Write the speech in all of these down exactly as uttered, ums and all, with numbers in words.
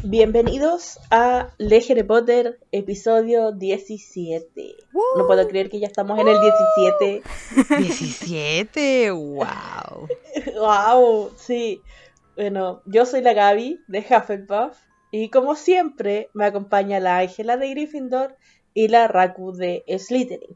Bienvenidos a Harry Potter, episodio diecisiete. ¡Woo! No puedo creer que ya estamos en el diecisiete. diecisiete, wow. ¡Wow! Sí. Bueno, yo soy la Gaby de Hufflepuff y como siempre me acompaña la Ángela de Gryffindor y la Raku de Slytherin.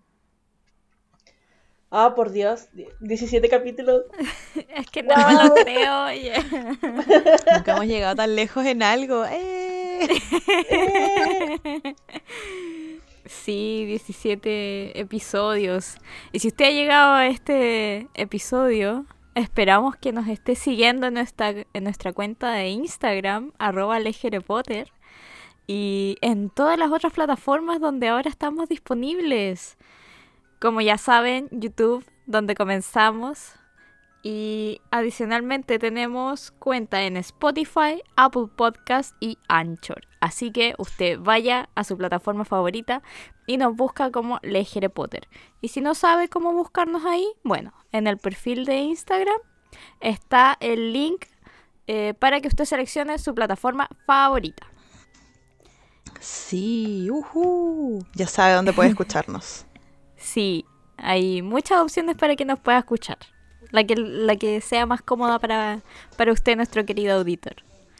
Ah, por Dios, diecisiete capítulos. Es que no wow. me lo creo, oye. Nunca hemos llegado tan lejos en algo. ¡Eh! ¡Eh! Sí, diecisiete episodios. Y si usted ha llegado a este episodio, esperamos que nos esté siguiendo en nuestra, en nuestra cuenta de Instagram, arroba Harry Potter, y en todas las otras plataformas donde ahora estamos disponibles. Como ya saben, YouTube, donde comenzamos. Y adicionalmente tenemos cuenta en Spotify, Apple Podcast y Anchor. Así que usted vaya a su plataforma favorita y nos busca como Harry Potter. Y si no sabe cómo buscarnos ahí, bueno, en el perfil de Instagram está el link eh, para que usted seleccione su plataforma favorita. Sí, uh-huh. Ya sabe dónde puede escucharnos. Sí, hay muchas opciones para que nos pueda escuchar. La que, la que sea más cómoda para, para usted, nuestro querido auditor.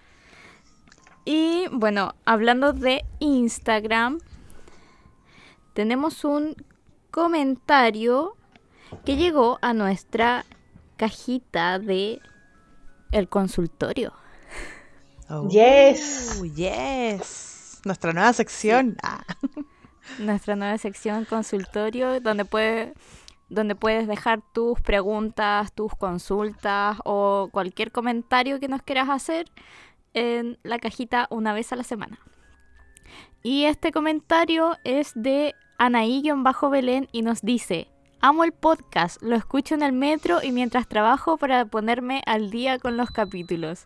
Y bueno, hablando de Instagram, tenemos un comentario que llegó a nuestra cajita de el consultorio. Oh, Yes. Yes. Nuestra nueva sección. Sí. Ah. Nuestra nueva sección consultorio, donde puede... donde puedes dejar tus preguntas, tus consultas o cualquier comentario que nos quieras hacer en la cajita una vez a la semana. Y este comentario es de Anaí-Belén y nos dice: amo el podcast, lo escucho en el metro y mientras trabajo para ponerme al día con los capítulos.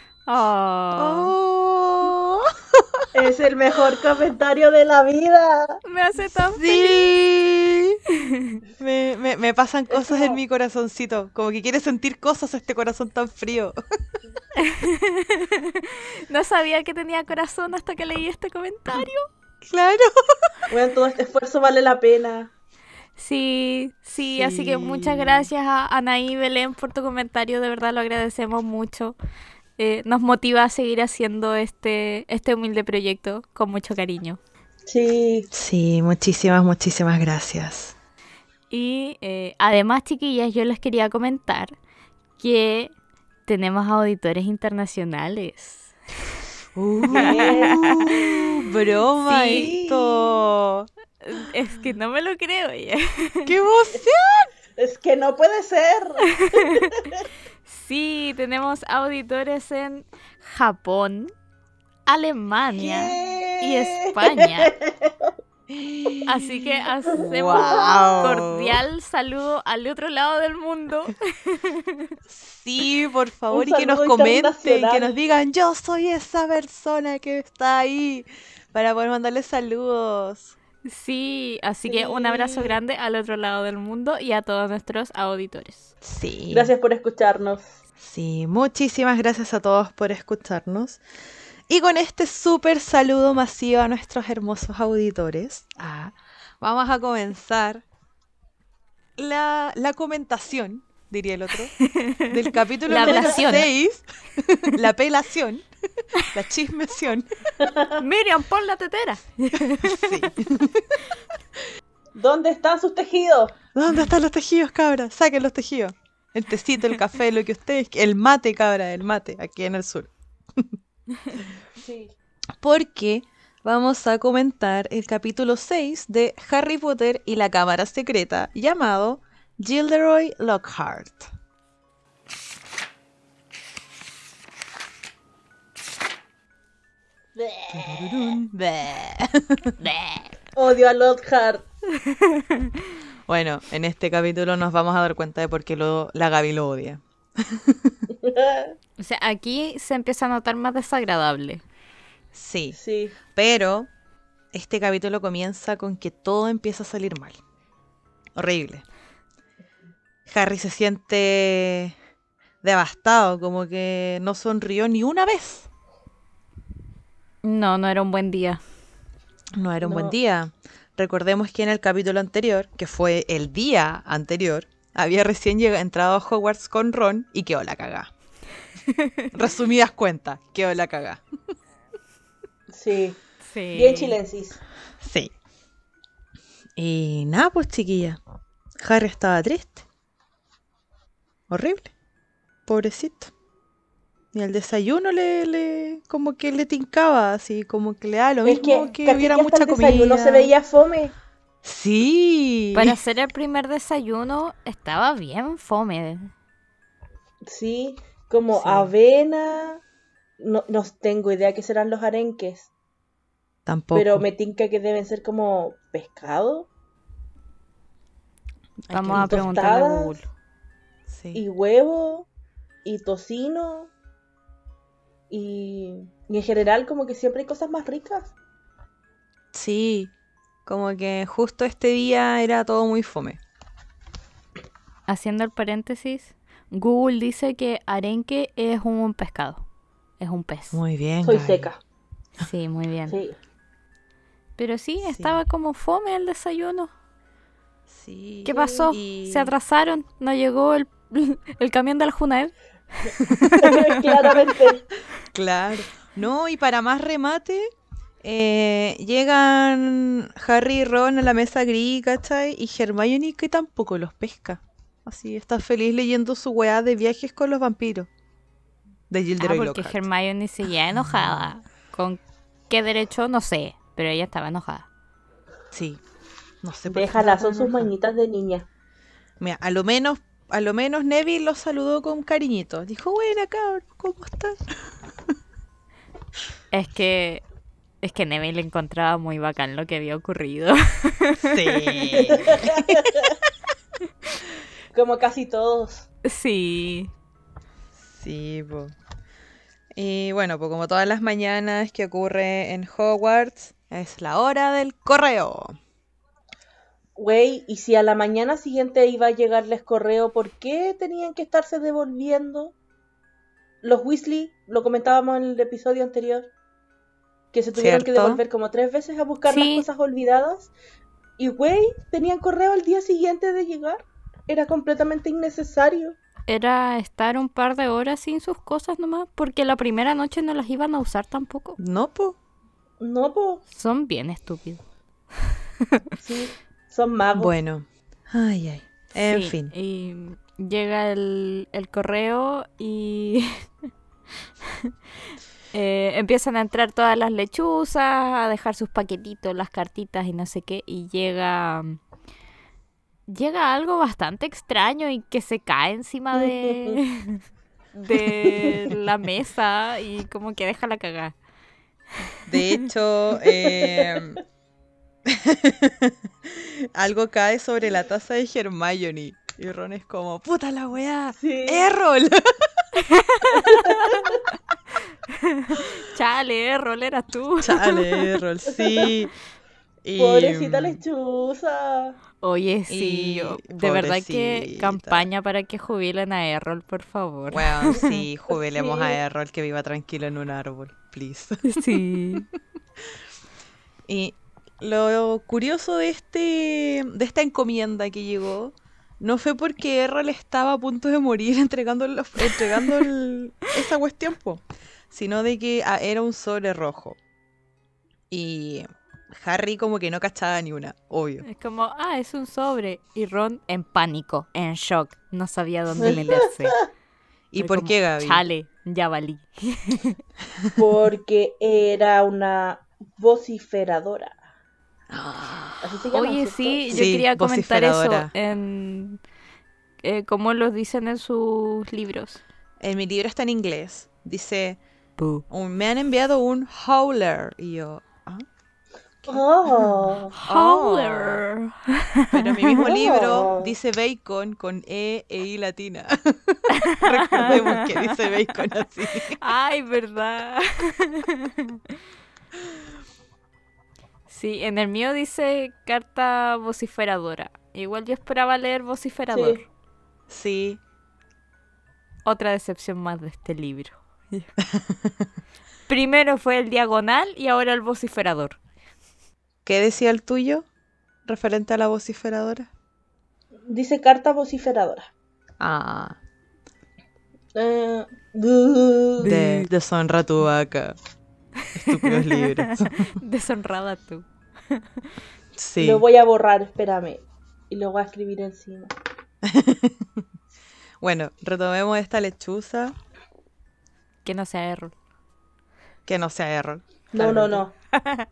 Oh. Oh. Es el mejor comentario de la vida. Me hace tan sí. feliz. Me, me, me pasan cosas como... en mi corazoncito. Como que quiere sentir cosas este corazón tan frío. No sabía que tenía corazón hasta que leí este comentario. Claro. Bueno, todo este esfuerzo vale la pena. Sí, sí, sí, así que muchas gracias a Anaí Belén por tu comentario. De verdad lo agradecemos mucho. Eh, nos motiva a seguir haciendo este, este humilde proyecto con mucho cariño. Sí. Sí, muchísimas, muchísimas gracias. Y eh, además, chiquillas, yo les quería comentar que tenemos auditores internacionales. Uh, broma sí. esto. Es que no me lo creo. Ya. ¡Qué emoción! Es que no puede ser. Sí, tenemos auditores en Japón, Alemania ¿Qué? y España. Así que hacemos wow. un cordial saludo al otro lado del mundo. Sí, por favor, y que nos comenten, que nos digan: yo soy esa persona que está ahí, para poder mandarles saludos. Sí, así sí. que un abrazo grande al otro lado del mundo y a todos nuestros auditores. Sí. Gracias por escucharnos. Sí, muchísimas gracias a todos por escucharnos. Y con este súper saludo masivo a nuestros hermosos auditores, ah, vamos a comenzar la, la comentación, diría el otro, del capítulo la número seis, la pelación, la chismeación. Miriam, pon la tetera. Sí. ¿Dónde están sus tejidos? ¿Dónde están los tejidos, cabra? Saquen los tejidos. El tecito, el café, lo que ustedes... El mate, cabra, el mate, aquí en el sur. Sí. Porque vamos a comentar el capítulo seis de Harry Potter y la Cámara Secreta, llamado Gilderoy Lockhart. Odio a Lockhart. Bueno, en este capítulo nos vamos a dar cuenta de por qué lo, la Gaby lo odia. O sea, aquí se empieza a notar más desagradable. Sí, sí, pero este capítulo comienza con que todo empieza a salir mal. Horrible. Harry se siente devastado, como que no sonrió ni una vez. No, no era un buen día. No era un No. buen día. Recordemos que en el capítulo anterior, que fue el día anterior, había recién llegado, entrado a Hogwarts con Ron y quedó la cagá. Resumidas cuentas, quedó la cagá. Sí. Sí. Bien chilensis. Sí. Y nada, pues chiquilla. Harry estaba triste. Horrible. Pobrecito. Y el desayuno le, le como que le tincaba, así como que le da lo Es mismo que, que caché hubiera que hasta mucha el desayuno se comida. veía fome. Sí. Para hacer el primer desayuno estaba bien fome. Sí, como Sí. avena. No, no tengo idea qué serán los arenques. Tampoco. Pero me tinca que deben ser como pescado Hay que Vamos a y preguntarle a tostadas Google. Sí. y huevo y tocino y, y en general como que siempre hay cosas más ricas. Sí. Como que justo este día era todo muy fome. Haciendo el paréntesis, Google dice que arenque es un pescado. Es un pez. Muy bien, Soy Gaby. seca. Sí, muy bien. Sí. Pero sí, Sí. estaba como fome el desayuno. Sí. ¿Qué pasó? Y- Se atrasaron. No llegó el, el camión de la Junaed. Claramente. Claro. No, y para más remate, eh, llegan Harry y Ron a la mesa gris, ¿cachai? Y Hermione que tampoco los pesca. Así, está feliz leyendo su weá de viajes con los vampiros. De Ah, Gilderoy porque Lockhart. Hermione seguía enojada. ¿Con qué derecho? No sé. Pero ella estaba enojada. Sí. No sé por qué Déjala, estaba tan son sus enojada. mañitas de niña. Mira, a lo menos, a lo menos Neville los saludó con cariñito. Dijo, buena cabrón, ¿cómo están? Es que... Es que Neville encontraba muy bacán lo que había ocurrido. Sí. Como casi todos. Sí. Sí, po. Y bueno, pues como todas las mañanas que ocurre en Hogwarts, es la hora del correo. Güey, y si a la mañana siguiente iba a llegarles correo, ¿por qué tenían que estarse devolviendo? Los Weasley, lo comentábamos en el episodio anterior, que se tuvieron que ¿Cierto? devolver como tres veces a buscar las Sí. cosas olvidadas. Y güey, tenían correo al día siguiente de llegar. Era completamente innecesario. Era estar un par de horas sin sus cosas nomás. Porque la primera noche no las iban a usar tampoco. No, po. No, po. Son bien estúpidos. Sí, son magos. Bueno. Ay, ay. En Sí, fin. Y llega el, el correo y eh, empiezan a entrar todas las lechuzas, a dejar sus paquetitos, las cartitas y no sé qué. Y llega, llega algo bastante extraño y que se cae encima de, de la mesa y como que deja la cagada. De hecho, eh, algo cae sobre la taza de Hermione. Y Ron es como, puta la weá, Sí. ¡Errol! Chale, eh, Rol, eras tú. Chale, Errol, sí. Y, Pobrecita mm, lechuza. Oye, sí, Y yo- de verdad que pobrecita. campaña para que jubilen a Errol, por favor. Bueno, sí, jubilemos Sí. a Errol que viva tranquilo en un árbol, please. Sí. Y lo curioso de este de esta encomienda que llegó no fue porque Errol estaba a punto de morir entregando, los- entregando el- esa cuestión, po, sino de que ah, era un sobre rojo. Y Harry como que no cachaba ni una, obvio. Es como, ah, es un sobre. Y Ron en pánico, en shock, no sabía dónde meterse. ¿Y Fue por como, qué, Gaby? Chale, ya valí. Porque era una vociferadora. Así se llama, Oye, ¿cierto? sí, yo Sí, quería comentar eso vociferadora. en eh, cómo lo dicen en sus libros. En mi libro está en inglés. Dice, Boo. un- me han enviado un howler. Y yo, ¿ah? Oh. Howler. Pero en mi mismo libro Oh. dice bacon con E e I latina. Recordemos que dice bacon así. Ay, verdad. Sí, en el mío dice carta vociferadora. Igual yo esperaba leer vociferador. Sí. Sí, Otra decepción más de este libro. Primero fue el diagonal y ahora el vociferador. ¿Qué decía el tuyo referente a la vociferadora? Dice carta vociferadora. Ah, Eh, buh. de, deshonra tu vaca. Estúpidos libros. Deshonrada tú. Sí. Lo voy a borrar, espérame. Y lo voy a escribir encima. Bueno, retomemos esta lechuza. Que no sea error. Que no sea error. No, no, claramente. no.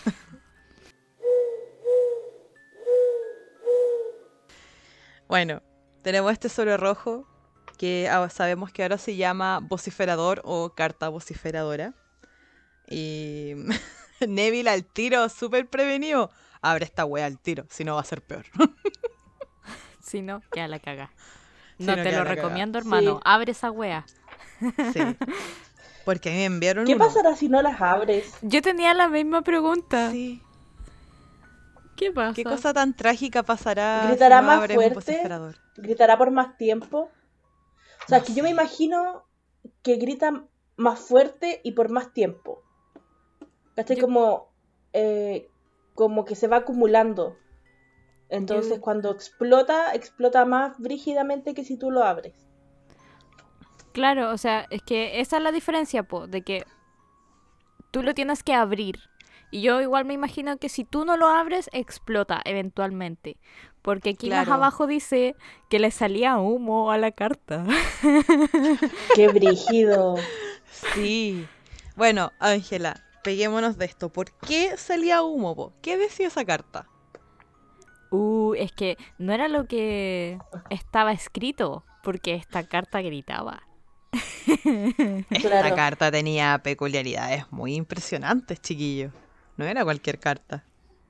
Bueno, tenemos este sobre rojo que ah, sabemos que ahora se llama vociferador o carta vociferadora. Y Neville al tiro, súper prevenido. Abre esta wea al tiro, si no va a ser peor. Si no, ya la caga. Si No no, te queda lo la cagá. recomiendo, hermano. Sí. Abre esa wea. Sí. Porque a mí me enviaron ¿Qué uno. pasará si no las abres? Yo tenía la misma pregunta. Sí. ¿Qué pasa? ¿Qué cosa tan trágica pasará ¿Gritará si no más abres un fuerte? vociferador? ¿Gritará por más tiempo? O sea, No que yo me sé. imagino que grita más fuerte y por más tiempo. ¿Cachai? Yo- Como, eh, como que se va acumulando. Entonces, Yo- cuando explota, explota más brígidamente que si tú lo abres. Claro, o sea, es que esa es la diferencia, po, de que tú lo tienes que abrir. Y yo igual me imagino que si tú no lo abres, explota eventualmente. Porque aquí más Claro. abajo dice que le salía humo a la carta. ¡Qué brígido! Sí. Bueno, Ángela, peguémonos de esto. ¿Por qué salía humo, po? ¿Qué decía esa carta? Uh, es que no era lo que estaba escrito, porque esta carta gritaba. Esta Claro. carta tenía peculiaridades muy impresionantes, chiquillos. No era cualquier carta.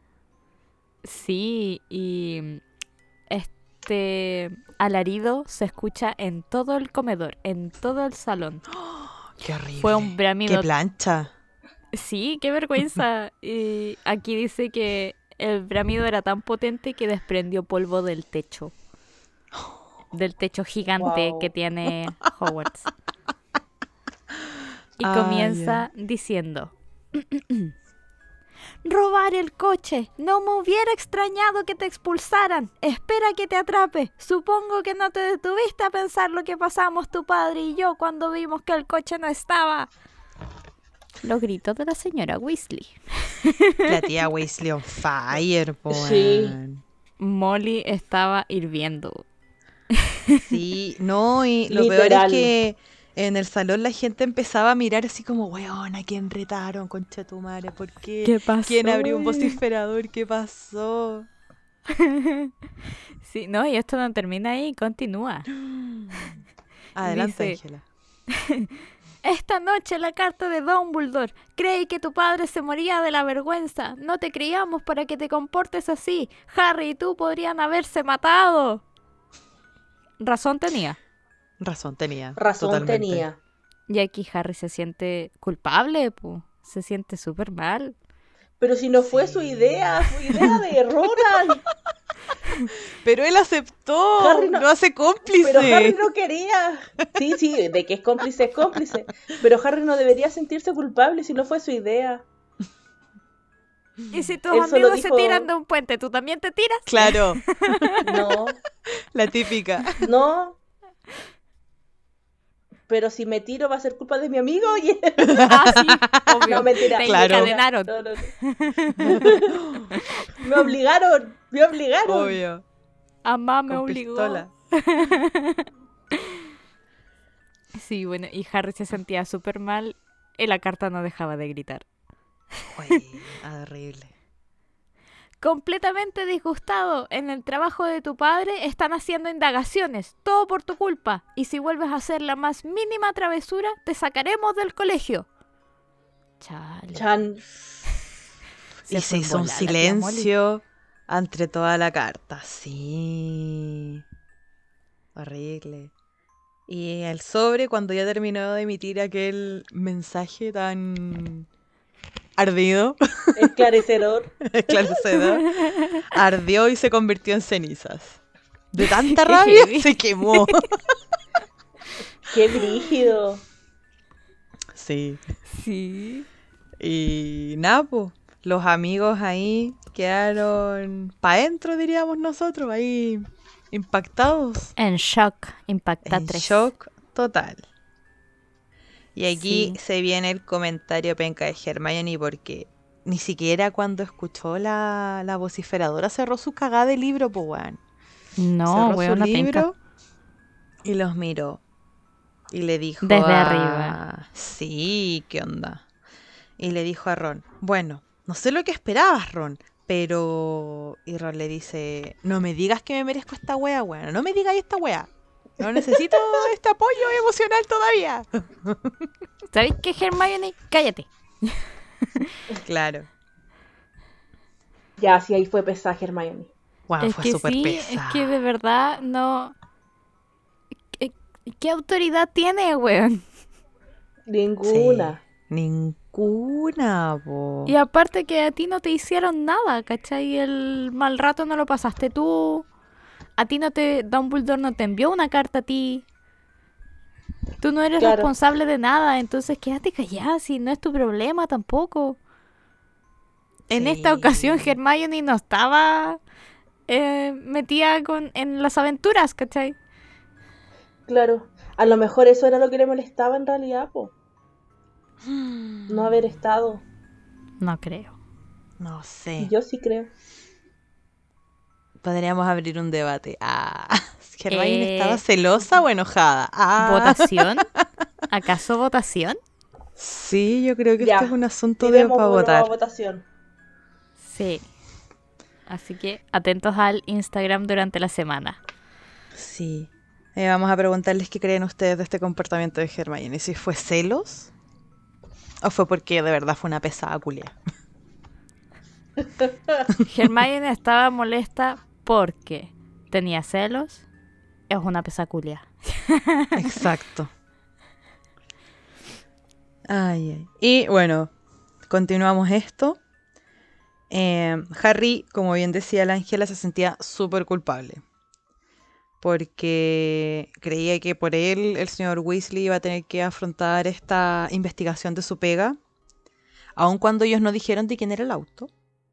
Sí, y este alarido se escucha en todo el comedor, en todo el salón. ¡Qué horrible! Fue un bramido. ¡Qué plancha! Sí, qué vergüenza. Y aquí dice que el bramido era tan potente que desprendió polvo del techo. Del techo gigante Wow. que tiene Hogwarts. Y Ah, comienza diciendo: robar el coche. No me hubiera extrañado que te expulsaran. Espera que te atrape. Supongo que no te detuviste a pensar lo que pasamos tu padre y yo cuando vimos que el coche no estaba. Los gritos de la señora Weasley. La tía Weasley on fire, po. Sí. weón. Molly estaba hirviendo. Sí, no, y lo peor Literal. es que en el salón la gente empezaba a mirar así como, weón, ¿a quién retaron, concha tu madre? ¿Por qué? ¿Qué pasó? ¿Quién abrió un vociferador? ¿Qué pasó? Sí, no, y esto no termina ahí, continúa. Adelante, Dice- Ángela. Esta noche la carta de Dumbledore. Creí que tu padre se moría de la vergüenza. No te criamos para que te comportes así. Harry y tú podrían haberse matado. Razón tenía. Razón tenía. Razón totalmente. tenía. Y aquí Harry se siente culpable, pu. Se siente súper mal. Pero si no fue Sí. su idea, fue idea de Ronald. Pero él aceptó, Harry no- lo hace cómplice. Pero Harry no quería. Sí, sí, de que es cómplice, es cómplice. Pero Harry no debería sentirse culpable si no fue su idea. Y si tus Él solo amigos se dijo- tiran de un puente, ¿tú también te tiras? Claro, No, la típica. no. Pero si me tiro va a ser culpa de mi amigo. Y... Ah, sí, obvio. No, mentira. Te Claro. encadenaron. No, no, no. Me obligaron, me obligaron. Obvio. Amá me Con obligó. pistola. Sí, bueno, y Harry se sentía súper mal y la carta no dejaba de gritar. Uy, horrible. Completamente disgustado. En el trabajo de tu padre están haciendo indagaciones. Todo por tu culpa. Y si vuelves a hacer la más mínima travesura, te sacaremos del colegio. Chale. Chan. Se Y fue se en hizo un bola la tía Molly. silencio entre toda la carta. Sí. Horrible. Y el sobre, cuando ya terminó de emitir aquel mensaje tan ardido, Esclarecedor. esclarecedor, ardió y se convirtió en cenizas. De tanta Qué rabia heavy. se quemó. Qué brígido. Sí. Sí. Y nada, pues, los amigos ahí quedaron pa' dentro, diríamos nosotros, ahí impactados, En shock, en impactatres. shock total. Y aquí Sí. se viene el comentario penca de Hermione porque ni siquiera cuando escuchó la, la vociferadora cerró su cagada de libro, pues weón. No, Cerró su weón, no penca. libro y los miró. Y le dijo Desde a... arriba. Sí, ¿qué onda? Y le dijo a Ron, bueno, no sé lo que esperabas, Ron, pero... Y Ron le dice, no me digas que me merezco esta wea, weón. No me digas esta wea. No necesito este apoyo emocional todavía. ¿Sabéis qué, Hermione? Cállate. Claro. Ya, sí, ahí fue pesada Hermione. Wow, Es fue que súper sí, pesada. es que de verdad no... ¿Qué, qué autoridad tiene, weón? Ninguna. Sí, ninguna, po. Y aparte que a ti no te hicieron nada, ¿cachai? El mal rato no lo pasaste tú. A ti no te... Dumbledore no te envió una carta a ti. Tú no eres Claro. responsable de nada, entonces quédate callada si no es tu problema tampoco. En Sí. esta ocasión Hermione no estaba eh, metida con, en las aventuras, ¿cachai? Claro. A lo mejor eso era lo que le molestaba en realidad, po. No haber estado. No creo. No sé. Yo sí creo. Podríamos abrir un debate. Ah, ¿Hermione Eh, estaba celosa o enojada? Ah. ¿Votación? ¿Acaso votación? Sí, yo creo que Ya. este es un asunto de Tiremos para una nueva votar. votación. Sí. Así que atentos al Instagram durante la semana. Sí. Eh, vamos a preguntarles qué creen ustedes de este comportamiento de Hermione. Si fue celos o fue porque de verdad fue una pesada culia. Hermione estaba molesta porque tenía celos. Es una pesaculia. Exacto. Ay, ay. Y bueno, continuamos esto. Eh, Harry, como bien decía la Ángela, se sentía súper culpable. Porque creía que por él el señor Weasley iba a tener que afrontar esta investigación de su pega, aun cuando ellos no dijeron de quién era el auto.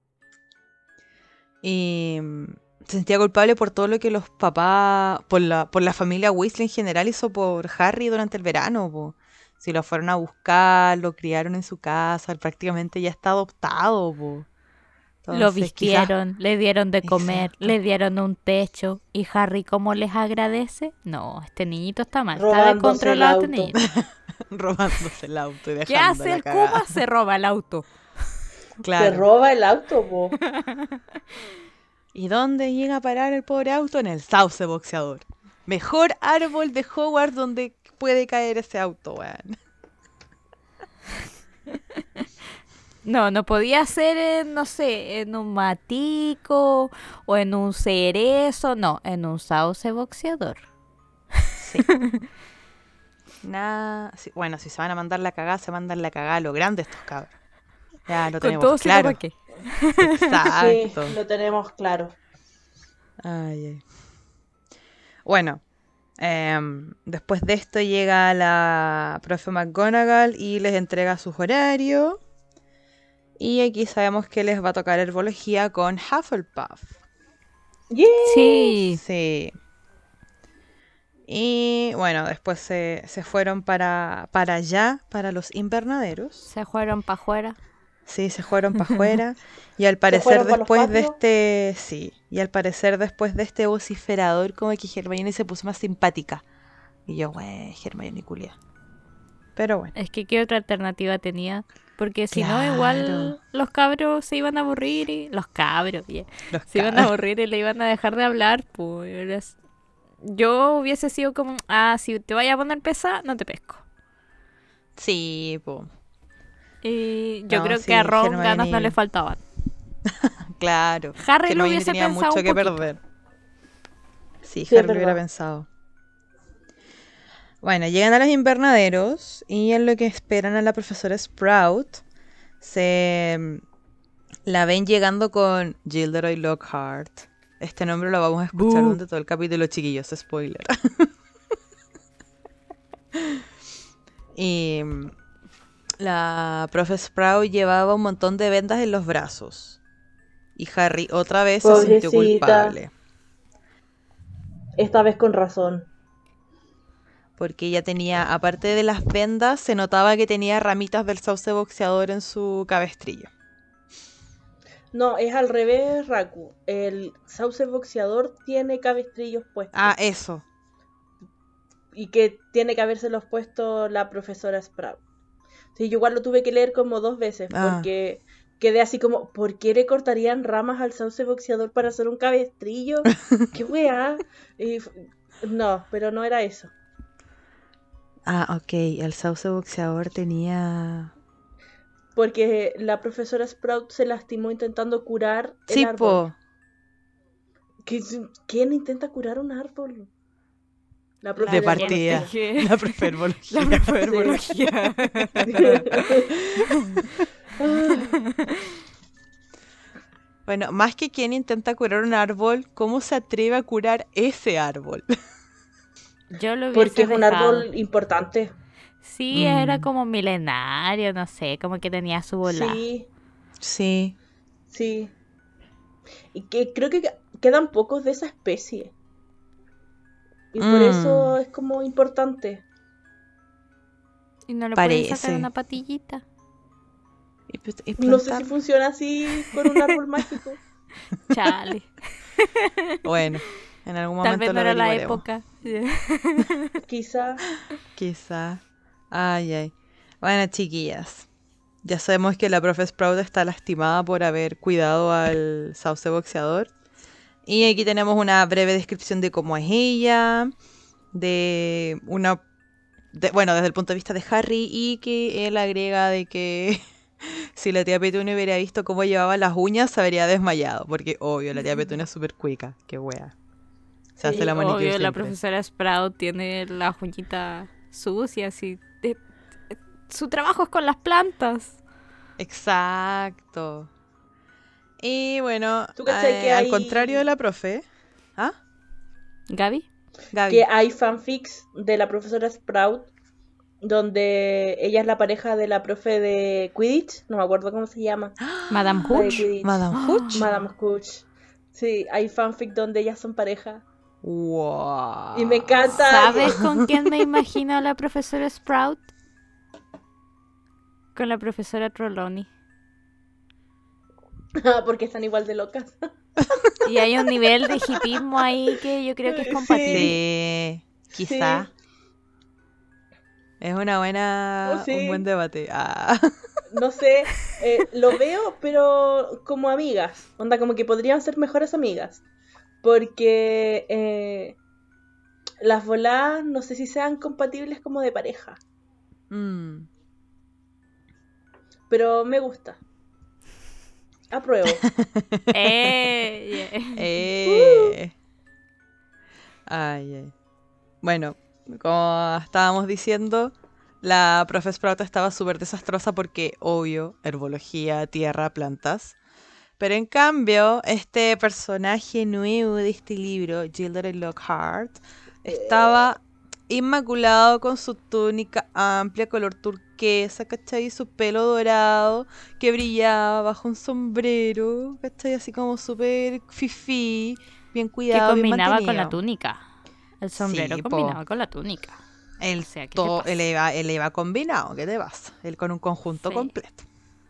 Y mm, se sentía culpable por todo lo que los papás, por la, por la familia Weasley en general hizo por Harry durante el verano. Po. Si lo fueron a buscar, lo criaron en su casa, él prácticamente ya está adoptado. Po. Lo Entonces, quizás... vistieron, le dieron de comer, Exacto. le dieron un techo. ¿Y Harry cómo les agradece? No, este niñito está mal. Está Robándose descontrolado el este auto. niñito. robándose el auto y dejando ¿Qué hace la el cagada. Kuma? Se roba el auto. Claro. Se roba el auto, po. ¿Y dónde llega a parar el pobre auto? En el sauce boxeador. Mejor árbol de Hogwarts donde puede caer ese auto, weón. No, no podía ser en, no sé, en un matico o en un cerezo. No, en un sauce boxeador. Sí. Nah, sí, bueno, si se van a mandar la cagada, se mandan la cagada a lo grande estos cabros. Ya lo Con tenemos todo claro. qué. Exacto. Sí, lo tenemos claro. Ay, ay. Bueno, em, después de esto llega la profe McGonagall y les entrega sus horarios. Y aquí sabemos que les va a tocar herbología con Hufflepuff. ¡Yeah! Sí. Sí. Y bueno, después se, se fueron para, para allá, para los invernaderos. Se fueron para afuera. Sí, se fueron para afuera. Y al ¿Se parecer fueron pa' los después de patios? este... Sí. Y al parecer después de este vociferador, como que Hermione se puso más simpática. Y yo, güey, Hermione culia. Pero bueno. Es que ¿qué otra alternativa tenía? Porque si no, Claro. igual los cabros se iban a aburrir y... Los cabros, yeah. Los Se iban a aburrir y le iban a dejar de hablar, pues. Yo hubiese sido como, ah, si te vayas a poner pesa, no te pesco. Sí, po. Y yo No, creo sí, que a Ron Hermione- ganas no le faltaban. Claro. Harry lo Hermione hubiese tenía pensado mucho un que poquito. perder. Sí, Sí, es Harry lo hubiera verdad. pensado. Bueno, llegan a los invernaderos y en lo que esperan a la profesora Sprout, se la ven llegando con Gilderoy Lockhart. Este nombre lo vamos a escuchar Boo. durante todo el capítulo, chiquillos, spoiler. Y la profe Sprout llevaba un montón de vendas en los brazos. Y Harry otra vez se sintió Pobrecita. culpable. Esta vez con razón. Porque ella tenía, aparte de las vendas, se notaba que tenía ramitas del sauce boxeador en su cabestrillo. No, es al revés, Raku. El sauce boxeador tiene cabestrillos puestos. Ah, eso. Y que tiene que habérselos puesto la profesora Sprout. Sí, yo igual lo tuve que leer como dos veces. Ah. Porque quedé así como, ¿por qué le cortarían ramas al sauce boxeador para hacer un cabestrillo? ¡Qué weá! Y f- no, pero no era eso. Ah, ok. El sauce boxeador tenía... Porque la profesora Sprout se lastimó intentando curar el Sí, árbol. po. ¿Qué- ¿Quién intenta curar un árbol? La profe De de partida. herbología. La profe de herbología. La profe de herbología. Bueno, más que quien intenta curar un árbol, ¿cómo se atreve a curar ese árbol? Yo lo hubiese Porque es un dejado. árbol importante. Sí, era Mm. como milenario, no sé, como que tenía su bola. Sí, Sí. sí. Y que creo que quedan pocos de esa especie. Y por Mm. eso es como importante. Y no le podéis sacar Parece. una patillita. Y, pues, y No sé si plantar. funciona así con un árbol mágico. Chale. Bueno, en algún Tal momento vez no lo era la averiguaremos. época. Quizá. Quizá. Ay, ay. Bueno, chiquillas. Ya sabemos que la profe Sprout está lastimada por haber cuidado al sauce boxeador. Y aquí tenemos una breve descripción de cómo es ella. De una... de- bueno, desde el punto de vista de Harry. Y que él agrega de que si la tía Petunia hubiera visto cómo llevaba las uñas, se habría desmayado. Porque, obvio, la tía Petunia es súper cuica. Qué wea. Se hace Sí, la manicure Obvio, la siempre. profesora Sprout tiene la uñita sucia, así. de- Su trabajo es con las plantas. Exacto. Y bueno, ¿Tú cachai eh, que al hay- contrario de la profe. ¿Ah? ¿Gaby? Gaby. Que hay fanfics de la profesora Sprout donde ella es la pareja de la profe de Quidditch, no me acuerdo cómo se llama. Madame La de Hooch. Quidditch. Madame Hooch. Madame Hooch. Sí, hay fanfic donde ellas son pareja. Wow. Y me encanta. ¿Sabes con quién me imagino a la profesora Sprout? Con la profesora Trelawney. Porque están igual de locas. Y hay un nivel de hipismo ahí que yo creo que es Sí. compatible. Sí, quizá. Sí. Es una buena, Oh, sí. un buen debate. Ah. No sé, eh, lo veo, pero como amigas. Onda, como que podrían ser mejores amigas. Porque eh, las voladas no sé si sean compatibles como de pareja. Mm. Pero me gusta. Apruebo. Eh, yeah. Eh. Ay, ay. Bueno, como estábamos diciendo, la profe Sprout estaba súper desastrosa porque, obvio, herbología, tierra, plantas. Pero en cambio, este personaje nuevo de este libro, Gilderoy Lockhart, estaba inmaculado con su túnica amplia, color turquesa, ¿cachai? Y su pelo dorado que brillaba bajo un sombrero, ¿cachai? Así como súper fifí, bien Que cuidado, bien combinaba mantenido. con la túnica. El sombrero Sí, po. combinaba con la túnica. El O sea, ¿qué te to- pasa? él, iba, él iba combinado, ¿qué te pasa? Él con un conjunto Sí. completo.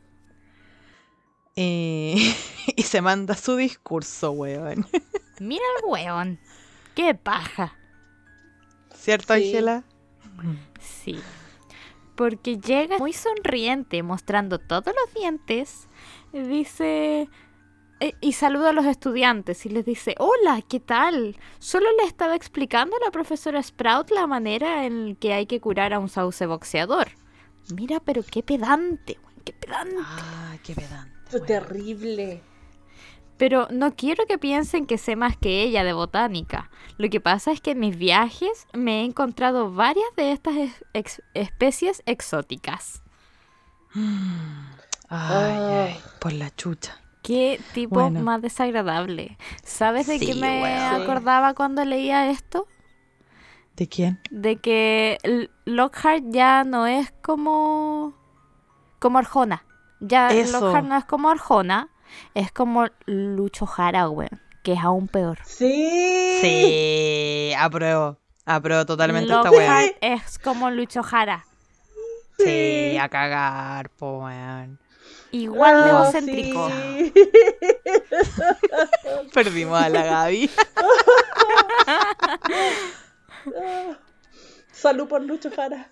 Eh, y se manda su discurso, weón. Mira el weón. ¡Qué paja! ¿Cierto, Sí. Ángela? Sí. Porque llega muy sonriente, mostrando todos los dientes. Dice... eh, y saluda a los estudiantes y les dice, hola, ¿qué tal? Solo le estaba explicando a la profesora Sprout la manera en que hay que curar a un sauce boxeador. Mira, pero qué pedante, weón, qué pedante. Ah, qué pedante. Fue weón. terrible. Pero no quiero que piensen que sé más que ella de botánica. Lo que pasa es que en mis viajes me he encontrado varias de estas es- ex- especies exóticas. Ay, Ah. ay, por la chucha. Qué tipo Bueno. más desagradable. ¿Sabes de qué Sí, me weón. acordaba cuando leía esto? ¿De quién? De que L- Lockhart ya no es como Como Arjona. Ya Eso. Lockhart no es como Arjona, es como Lucho Jara, weón, que es aún peor. Sí. Sí, apruebo. Apruebo totalmente esta weá. Lockhart es como Lucho Jara. Sí, a cagar, po, weón. Igual de Oh, egocéntrico. sí. Perdimos a la Gaby. Ah, salud por Lucho Jara.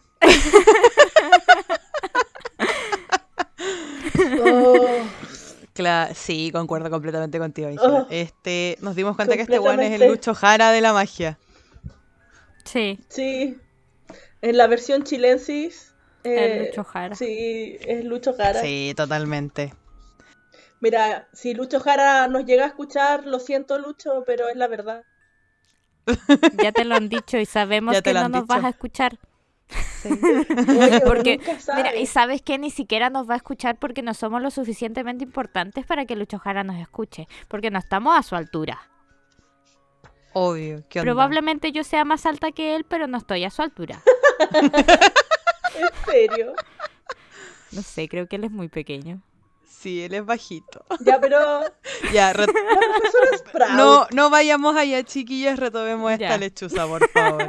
Oh, Cla- sí, concuerdo completamente contigo, Ángela. oh, Este, nos dimos cuenta que este weón es el completamente. Lucho Jara de la magia. Sí, Sí, en la versión chilensis, el eh, Lucho Jara. sí, es Lucho Jara. Sí, totalmente. Mira, si Lucho Jara nos llega a escuchar, lo siento, Lucho, pero es la verdad. Ya te lo han dicho y sabemos Ya te que lo no han nos vas dicho. a escuchar. Sí. Oye, uno Porque, nunca mira, sabe. y sabes que ni siquiera nos va a escuchar porque no somos lo suficientemente importantes para que Lucho Jara nos escuche. Porque no estamos a su altura. Obvio, ¿qué onda? Probablemente yo sea más alta que él, pero no estoy a su altura. ¿En serio? No sé, creo que él es muy pequeño. Sí, él es bajito. Ya, pero Ya, re- la profesora Sprout. no, no vayamos allá, chiquillas, retomemos esta Ya. lechuza, por favor.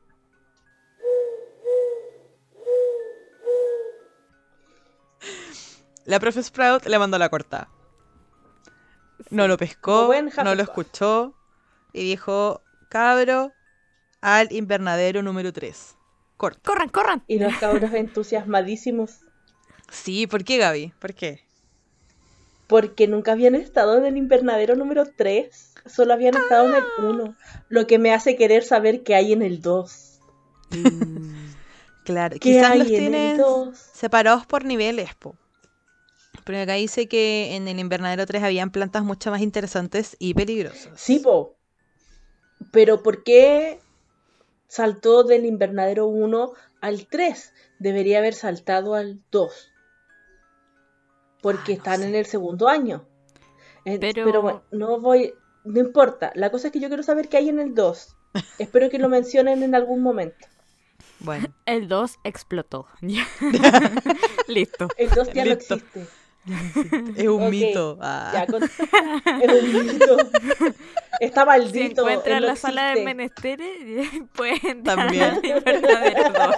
La profe Sprout le mandó la cortada. No lo Como pescó, buen no lo Hufflepuff. escuchó y dijo, cabro, al invernadero número tres. Corta. ¡Corran, corran! Y los cabros entusiasmadísimos. Sí, ¿por qué, Gaby? ¿Por qué? Porque nunca habían estado en el invernadero número tres. Solo habían estado en el uno. Lo que me hace querer saber qué hay en el dos. Claro, ¿Qué quizás hay los en el tienen dos? separados por niveles, po. Pero acá dice que en el invernadero tres habían plantas mucho más interesantes y peligrosas. Sí, po. Pero ¿por qué saltó del invernadero uno al tres? Debería haber saltado al dos. Porque Ah, no están en sé. el segundo año. Eh, Pero- Pero bueno, no voy. No importa. La cosa es que yo quiero saber qué hay en el dos. Espero que lo mencionen en algún momento. Bueno, El dos explotó. Ya. Listo. El dos ya Listo. no existe. es un Ok, mito. Ah. Ya, con- es un mito. Está Si maldito. encuentran él no la sala de existe. menesteres, pueden entrar También. al invernadero dos.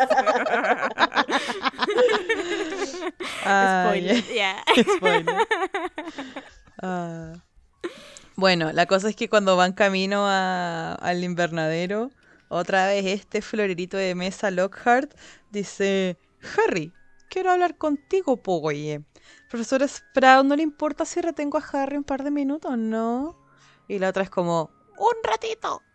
Ah, Spoiler, ya. ya. Spoiler. Ah. Bueno, la cosa es que cuando van camino a- al invernadero, otra vez este florerito de mesa Lockhart dice, Harry, quiero hablar contigo, po, oye. Profesor Sprout, ¿no le importa si retengo a Harry un par de minutos, no? Y la otra es como, ¡un ratito! O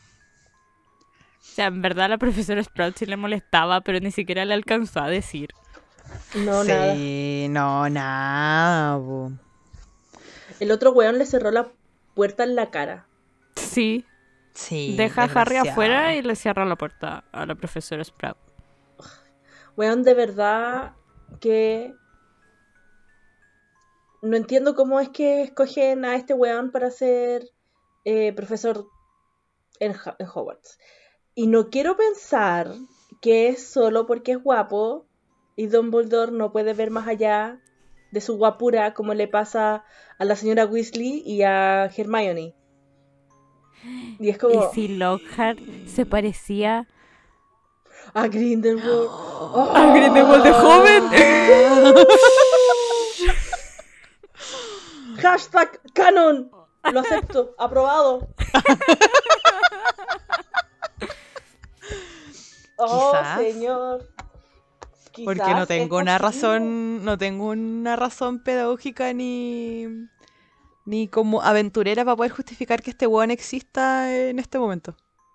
sea, en verdad la profesora Sprout sí le molestaba, pero ni siquiera le alcanzó a decir. No, sí, nada. no, nada, po. El otro weón le cerró la puerta en la cara. Sí, Sí, deja a Harry desgraciado. afuera y le cierra la puerta a la profesora Sprout. Weón, de verdad que no entiendo cómo es que escogen a este weón para ser eh, profesor en, Ha- en Hogwarts. Y no quiero pensar que es solo porque es guapo y Dumbledore no puede ver más allá de su guapura como le pasa a la señora Weasley y a Hermione. Y es Y como si Lockhart se parecía a Grindelwald. ¡Oh! a Grindelwald de joven. Hashtag canon. Lo acepto. Aprobado. Oh, Quizás. señor. Porque Quizás no es tengo una posible. razón, no tengo una razón pedagógica ni, ni como aventurera para poder justificar que este weón exista en este momento.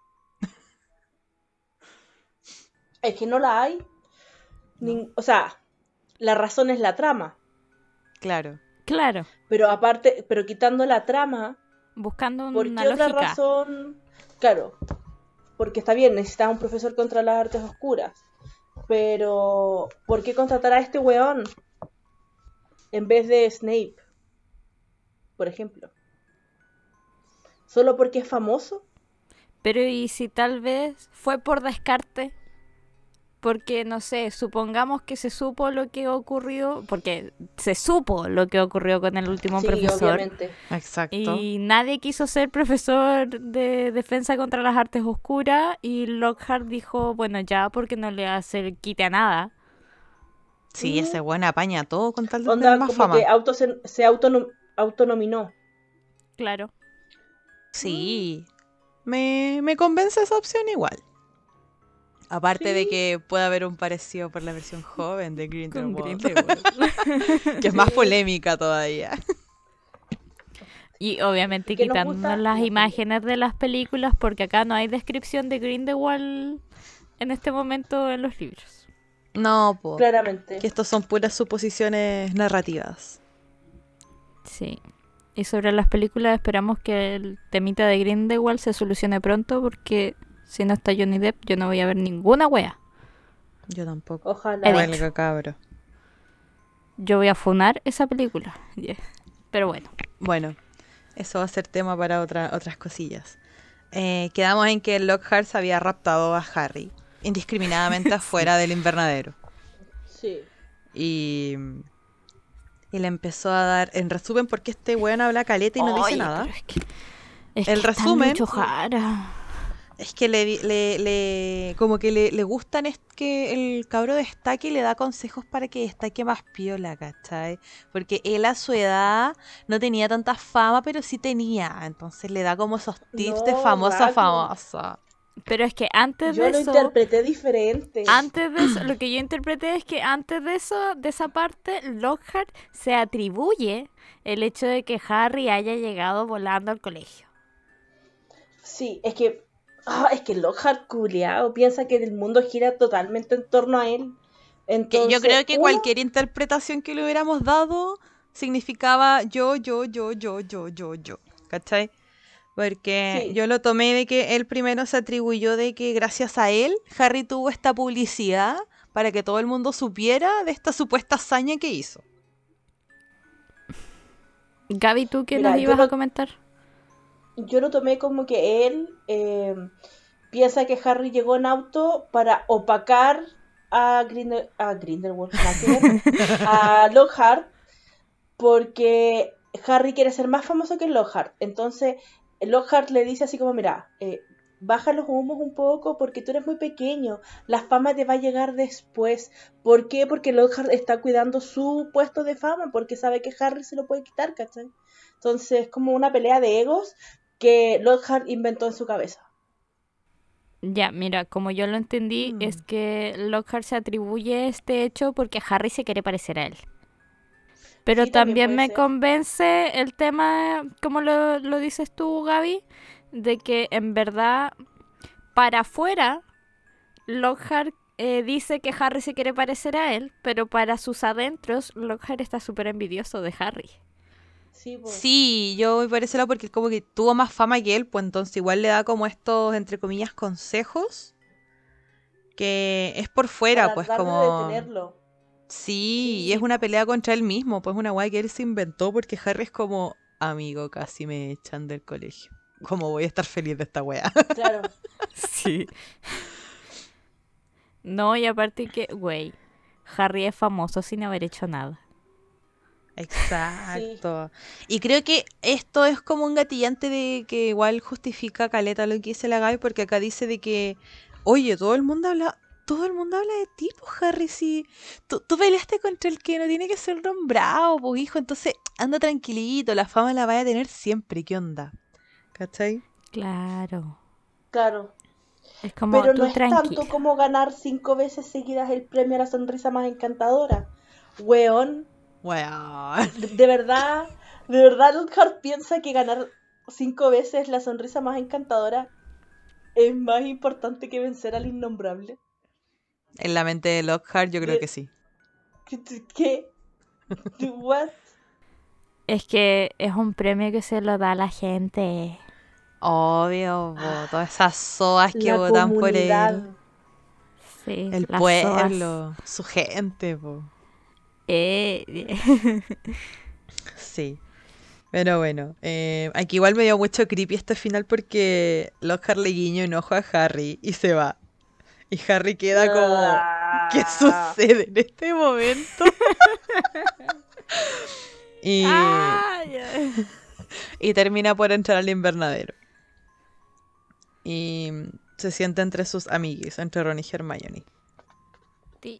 Es que no la hay. Nin- O sea, la razón es la trama. Claro. Claro, Pero aparte, pero quitando la trama, buscando ¿por una qué otra lógica. razón? Claro, porque está bien, necesitas un profesor contra las artes oscuras. Pero, ¿por qué contratar a este weón en vez de Snape? Por ejemplo. ¿Solo porque es famoso? Pero ¿y si tal vez fue por descarte? porque, no sé, supongamos que se supo lo que ocurrió, porque se supo lo que ocurrió con el último Sí, profesor. obviamente. Exacto. Y nadie quiso ser profesor de defensa contra las artes oscuras. Y Lockhart dijo, bueno, ya, porque no le hace el quite a nada. Sí, ese Mm, weón apaña todo con tal de tener Onda, más como fama. que auto se, se autonom- autonominó. Claro. Sí, me, me convence esa opción igual. Aparte de Sí, que puede haber un parecido por la versión joven de Con Grindelwald, Grindelwald. que es más sí. polémica todavía. Y obviamente ¿Qué nos quitándonos gusta? las La imágenes de las películas, porque acá no hay descripción de Grindelwald en este momento en los libros. No, po, Claramente. que estos son puras suposiciones narrativas. Sí. Y sobre las películas esperamos que el temita de Grindelwald se solucione pronto, porque si no está Johnny Depp yo no voy a ver ninguna wea. Yo tampoco. Ojalá. He Huelga, dicho. cabro. Yo voy a funar esa película. Yeah. Pero bueno. Bueno, eso va a ser tema para otra, otras cosillas. Eh, quedamos en que Lockhart se había raptado a Harry indiscriminadamente afuera del invernadero. Sí. Y, y le empezó a dar, en resumen, porque este weón habla caleta y no dice Oye, nada. pero es que... Es El que está resumen- Lucho Jara. Es que le, di- le, le como que le, le gustan es que el cabro destaque y le da consejos para que destaque más piola, ¿cachai? Porque él a su edad no tenía tanta fama, pero sí tenía. Entonces le da como esos tips de No, famosa Raku. famosa. Pero es que antes Yo de lo eso... interpreté diferente. Antes de eso, lo que yo interpreté es que antes de eso, de esa parte, Lockhart se atribuye el hecho de que Harry haya llegado volando al colegio. Sí, es que. Ah, es que Lockhart culiao piensa que el mundo gira totalmente en torno a él. Que Entonces, yo creo que uno, cualquier interpretación que le hubiéramos dado significaba yo, yo, yo, yo, yo, yo, yo. ¿Cachai? Porque sí, yo lo tomé de que él primero se atribuyó de que gracias a él, Harry tuvo esta publicidad para que todo el mundo supiera de esta supuesta hazaña que hizo. Gaby, ¿tú qué mira, nos yo ibas a lo, comentar? yo lo tomé como que él eh, piensa que Harry llegó en auto para opacar a, Grindel, a Grindelwald, nada que ver, a Lockhart, porque Harry quiere ser más famoso que Lockhart. Entonces, Lockhart le dice así como, mira, eh, baja los humos un poco porque tú eres muy pequeño, la fama te va a llegar después. ¿Por qué? Porque Lockhart está cuidando su puesto de fama, porque sabe que Harry se lo puede quitar, ¿cachai? Entonces, es como una pelea de egos que Lockhart inventó en su cabeza. Ya, mira, como yo lo entendí, Mm. es que Lockhart se atribuye este hecho porque Harry se quiere parecer a él. Pero Sí, también también puede me ser. convence el tema, como lo, lo dices tú, Gaby, de que en verdad, para afuera, Lockhart eh, dice que Harry se quiere parecer a él, pero para sus adentros, Lockhart está súper envidioso de Harry. Sí, po. Sí, yo voy por ese lado porque como que tuvo más fama que él, pues entonces igual le da como estos, entre comillas, consejos que es por fuera, Para pues tratar de como... detenerlo. Sí, y Sí, es Sí, una pelea contra él mismo, pues una weá que él se inventó porque Harry es como, amigo, casi me echan del colegio. ¿Cómo voy a estar feliz de esta weá? claro. sí. No, y aparte que, güey, Harry es famoso sin haber hecho nada. Exacto. Y creo que esto es como un gatillante de que igual justifica caleta lo que dice la Gaby, porque acá dice de que, oye, todo el mundo habla, todo el mundo habla de ti, pues Harry, si tú, tú peleaste contra el que no tiene que ser nombrado, pues hijo, entonces anda tranquilito, la fama la vaya a tener siempre, ¿qué onda? ¿Cachai? Claro. Claro. Es como Pero no tú es tanto tranquila. como ganar cinco veces seguidas el premio a la sonrisa más encantadora. Weón, Weón. de, de verdad, de verdad Lockhart piensa que ganar cinco veces la sonrisa más encantadora es más importante que vencer al innombrable. En la mente de Lockhart yo creo que De, sí. ¿qué? ¿Qué? ¿What? Es que es un premio que se lo da a la gente. Obvio, po, todas esas soas que La votan por comunidad. él. Sí, El las soas. pueblo, su gente, po. Eh, Sí. Pero bueno, eh, aquí igual me dio mucho creepy este final porque Lockhart le guiña un ojo a Harry y se va. Y Harry queda como, ¿Qué sucede en este momento? y, Ah, ya. y termina por entrar al invernadero. Y se sienta entre sus amiguis, entre Ron y Hermione. Sí.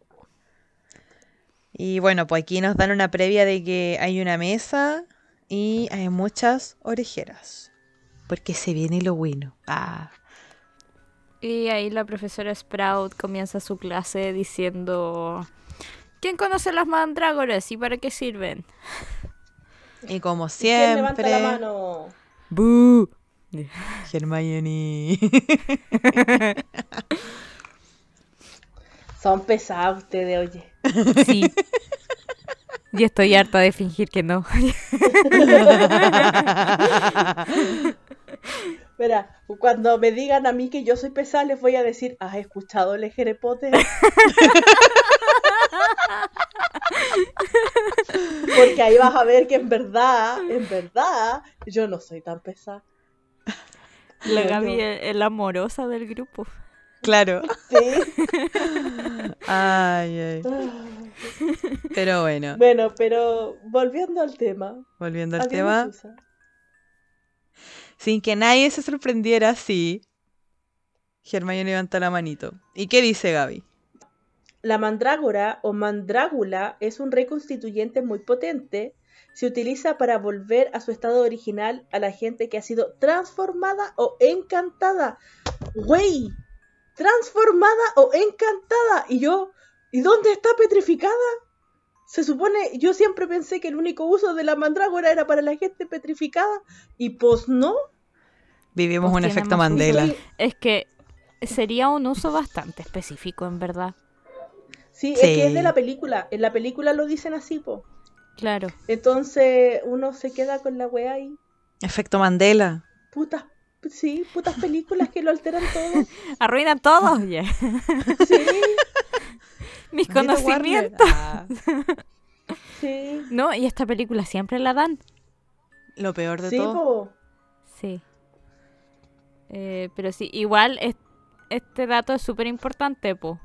Y bueno, pues aquí nos dan una previa de que hay una mesa y hay muchas orejeras. Porque se viene lo bueno. Ah. Y ahí la profesora Sprout comienza su clase diciendo: ¿quién conoce las mandrágoras y para qué sirven? Y como ¿Y quién levanta la siempre... mano? ¡Bú! Hermione. Son pesados ustedes, oye. Sí. Y estoy harta de fingir que no. Mira, cuando me digan a mí que yo soy pesada, les voy a decir, ¿has escuchado el Harry Potter? Porque ahí vas a ver que en verdad, en verdad, yo no soy tan pesada. La No, Gaby no. es es la amorosa del grupo. Claro. Sí. Ay, ay. Pero bueno, Bueno, pero volviendo al tema. volviendo al Adiós, tema. Lechuza. Sin que nadie se sorprendiera, sí. Hermione levanta la manito. ¿Y qué dice Gaby? La mandrágora o mandrágula es un reconstituyente muy potente. Se utiliza para volver a su estado original a la gente que ha sido transformada o encantada. ¡Güey! Transformada o encantada. Y yo, ¿y dónde está petrificada? Se supone, yo siempre pensé que el único uso de la mandrágora era para la gente petrificada. Y pues no. Vivimos Pues un tiene efecto más uso. Mandela. Sí, Es que sería un uso bastante específico, en verdad. sí, es que es de Sí. la película. En la película lo dicen así, po. Claro. Entonces uno se queda con la weá ahí. Efecto Mandela. Putas, sí, putas películas que lo alteran todo. Arruinan todo. Ya. Sí, Mis Maldito Warner. conocimientos. Ah, sí, No, y esta película siempre la dan. lo peor de sí, todo. po. Sí. Eh, pero sí, igual es- este dato es súper importante, po.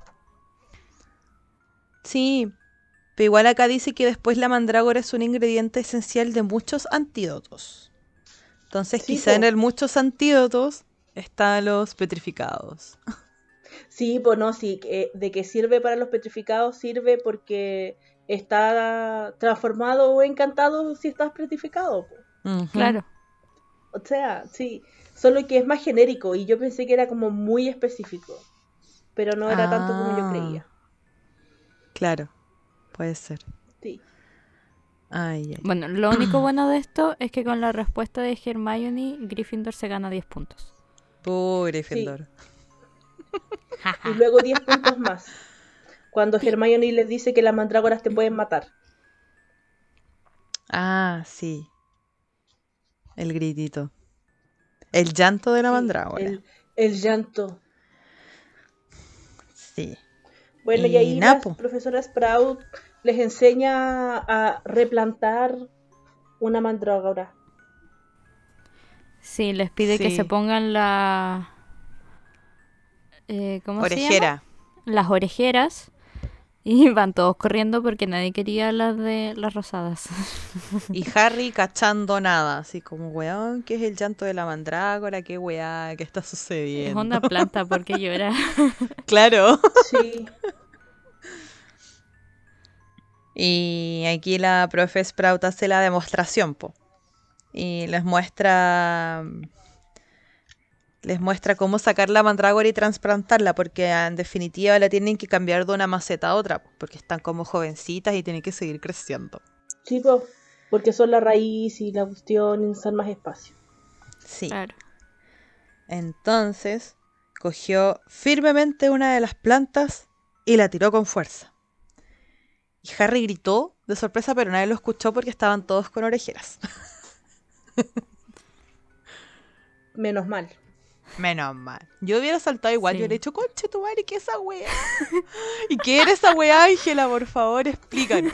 Sí. Pero igual acá dice que después la mandrágora es un ingrediente esencial de muchos antídotos. Entonces Sí, quizá en po. el muchos antídotos están los petrificados. Sí, pues no, sí, que- de que sirve para los petrificados, sirve porque está transformado o encantado si estás petrificado, po. Ujú. Claro. O sea, sí, solo que es más genérico y yo pensé que era como muy específico, pero no era tanto como yo Ah, creía. claro, puede ser. Sí, Ay, ay. Bueno, lo único bueno de esto es que con la respuesta de Hermione, Gryffindor se gana diez puntos. Pobre Gryffindor. y luego diez puntos más. Cuando Hermione les dice que las mandrágoras te pueden matar. Ah, sí. El gritito. El llanto de la Sí, mandrágora. el, el llanto. Sí. Bueno, y, Y ahí la Napo. profesora Sprout les enseña a replantar una mandrágora. Sí, les pide que Sí. se pongan la... eh, ¿cómo se llama? Orejera. Las orejeras. Y van todos corriendo porque nadie quería las de las rosadas. Y Harry cachando nada. Así como, weón, ¿qué es el llanto de la mandrágora? ¿Qué weá? ¿Qué está Es sucediendo? una planta porque llora. Claro. Sí, Y aquí la profe Sprout hace la demostración, po. Y les muestra... Les muestra cómo sacar la mandrágora y trasplantarla, porque en definitiva la tienen que cambiar de una maceta a otra, po, porque están como jovencitas y tienen que seguir creciendo. sí, po, porque son la raíz y la cuestión y necesitan más espacio. Sí. Claro. Entonces, cogió firmemente una de las plantas y la tiró con fuerza. Y Harry gritó de sorpresa, pero nadie lo escuchó porque estaban todos con orejeras. Menos mal. Menos mal. Yo hubiera saltado igual, Sí. yo hubiera dicho, conche tu madre, ¿qué es esa weá? ¿Y qué era esa weá, Ángela? Por favor, explícanos.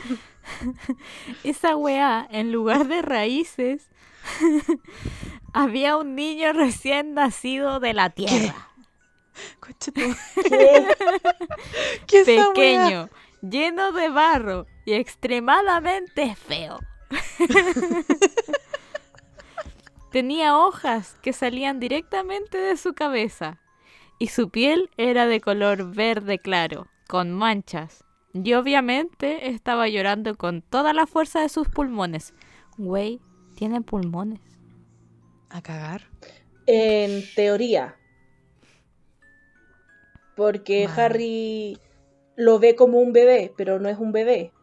Esa weá, en lugar de raíces, había un niño recién nacido de la tierra. Concha tu- ¿Qué? ¿Qué es esa wea? Pequeño, lleno de barro y extremadamente feo. Tenía hojas que salían directamente de su cabeza y su piel era de color verde claro, con manchas. Y obviamente estaba llorando con toda la fuerza de sus pulmones. Güey, tiene pulmones. A cagar. En teoría. Porque Mal. Harry lo ve como un bebé, pero no es un bebé.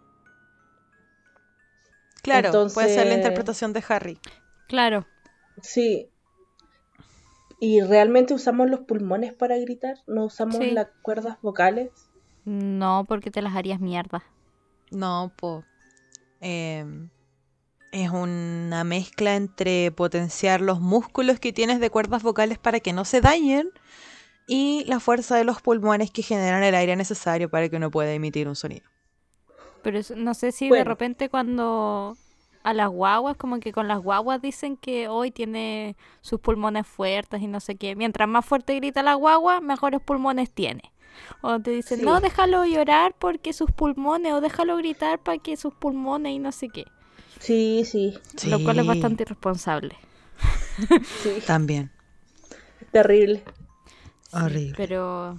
Claro, puede ser la Entonces, interpretación de Harry. Claro, sí. ¿Y realmente usamos los pulmones para gritar? ¿No usamos sí. las cuerdas vocales? No, porque te las harías mierda. No, po. eh, es una mezcla entre potenciar los músculos que tienes de cuerdas vocales para que no se dañen y la fuerza de los pulmones que generan el aire necesario para que uno pueda emitir un sonido. Pero es- no sé si de Bueno. repente cuando a las guaguas, como que con las guaguas dicen que hoy tiene sus pulmones fuertes y no sé qué. Mientras más fuerte grita la guagua, mejores pulmones tiene. O te dicen, Sí. no, déjalo llorar porque sus pulmones, o déjalo gritar para que sus pulmones y no sé qué. Sí, sí, Lo cual es Sí, bastante irresponsable. sí. también. Terrible. Sí, Horrible. pero...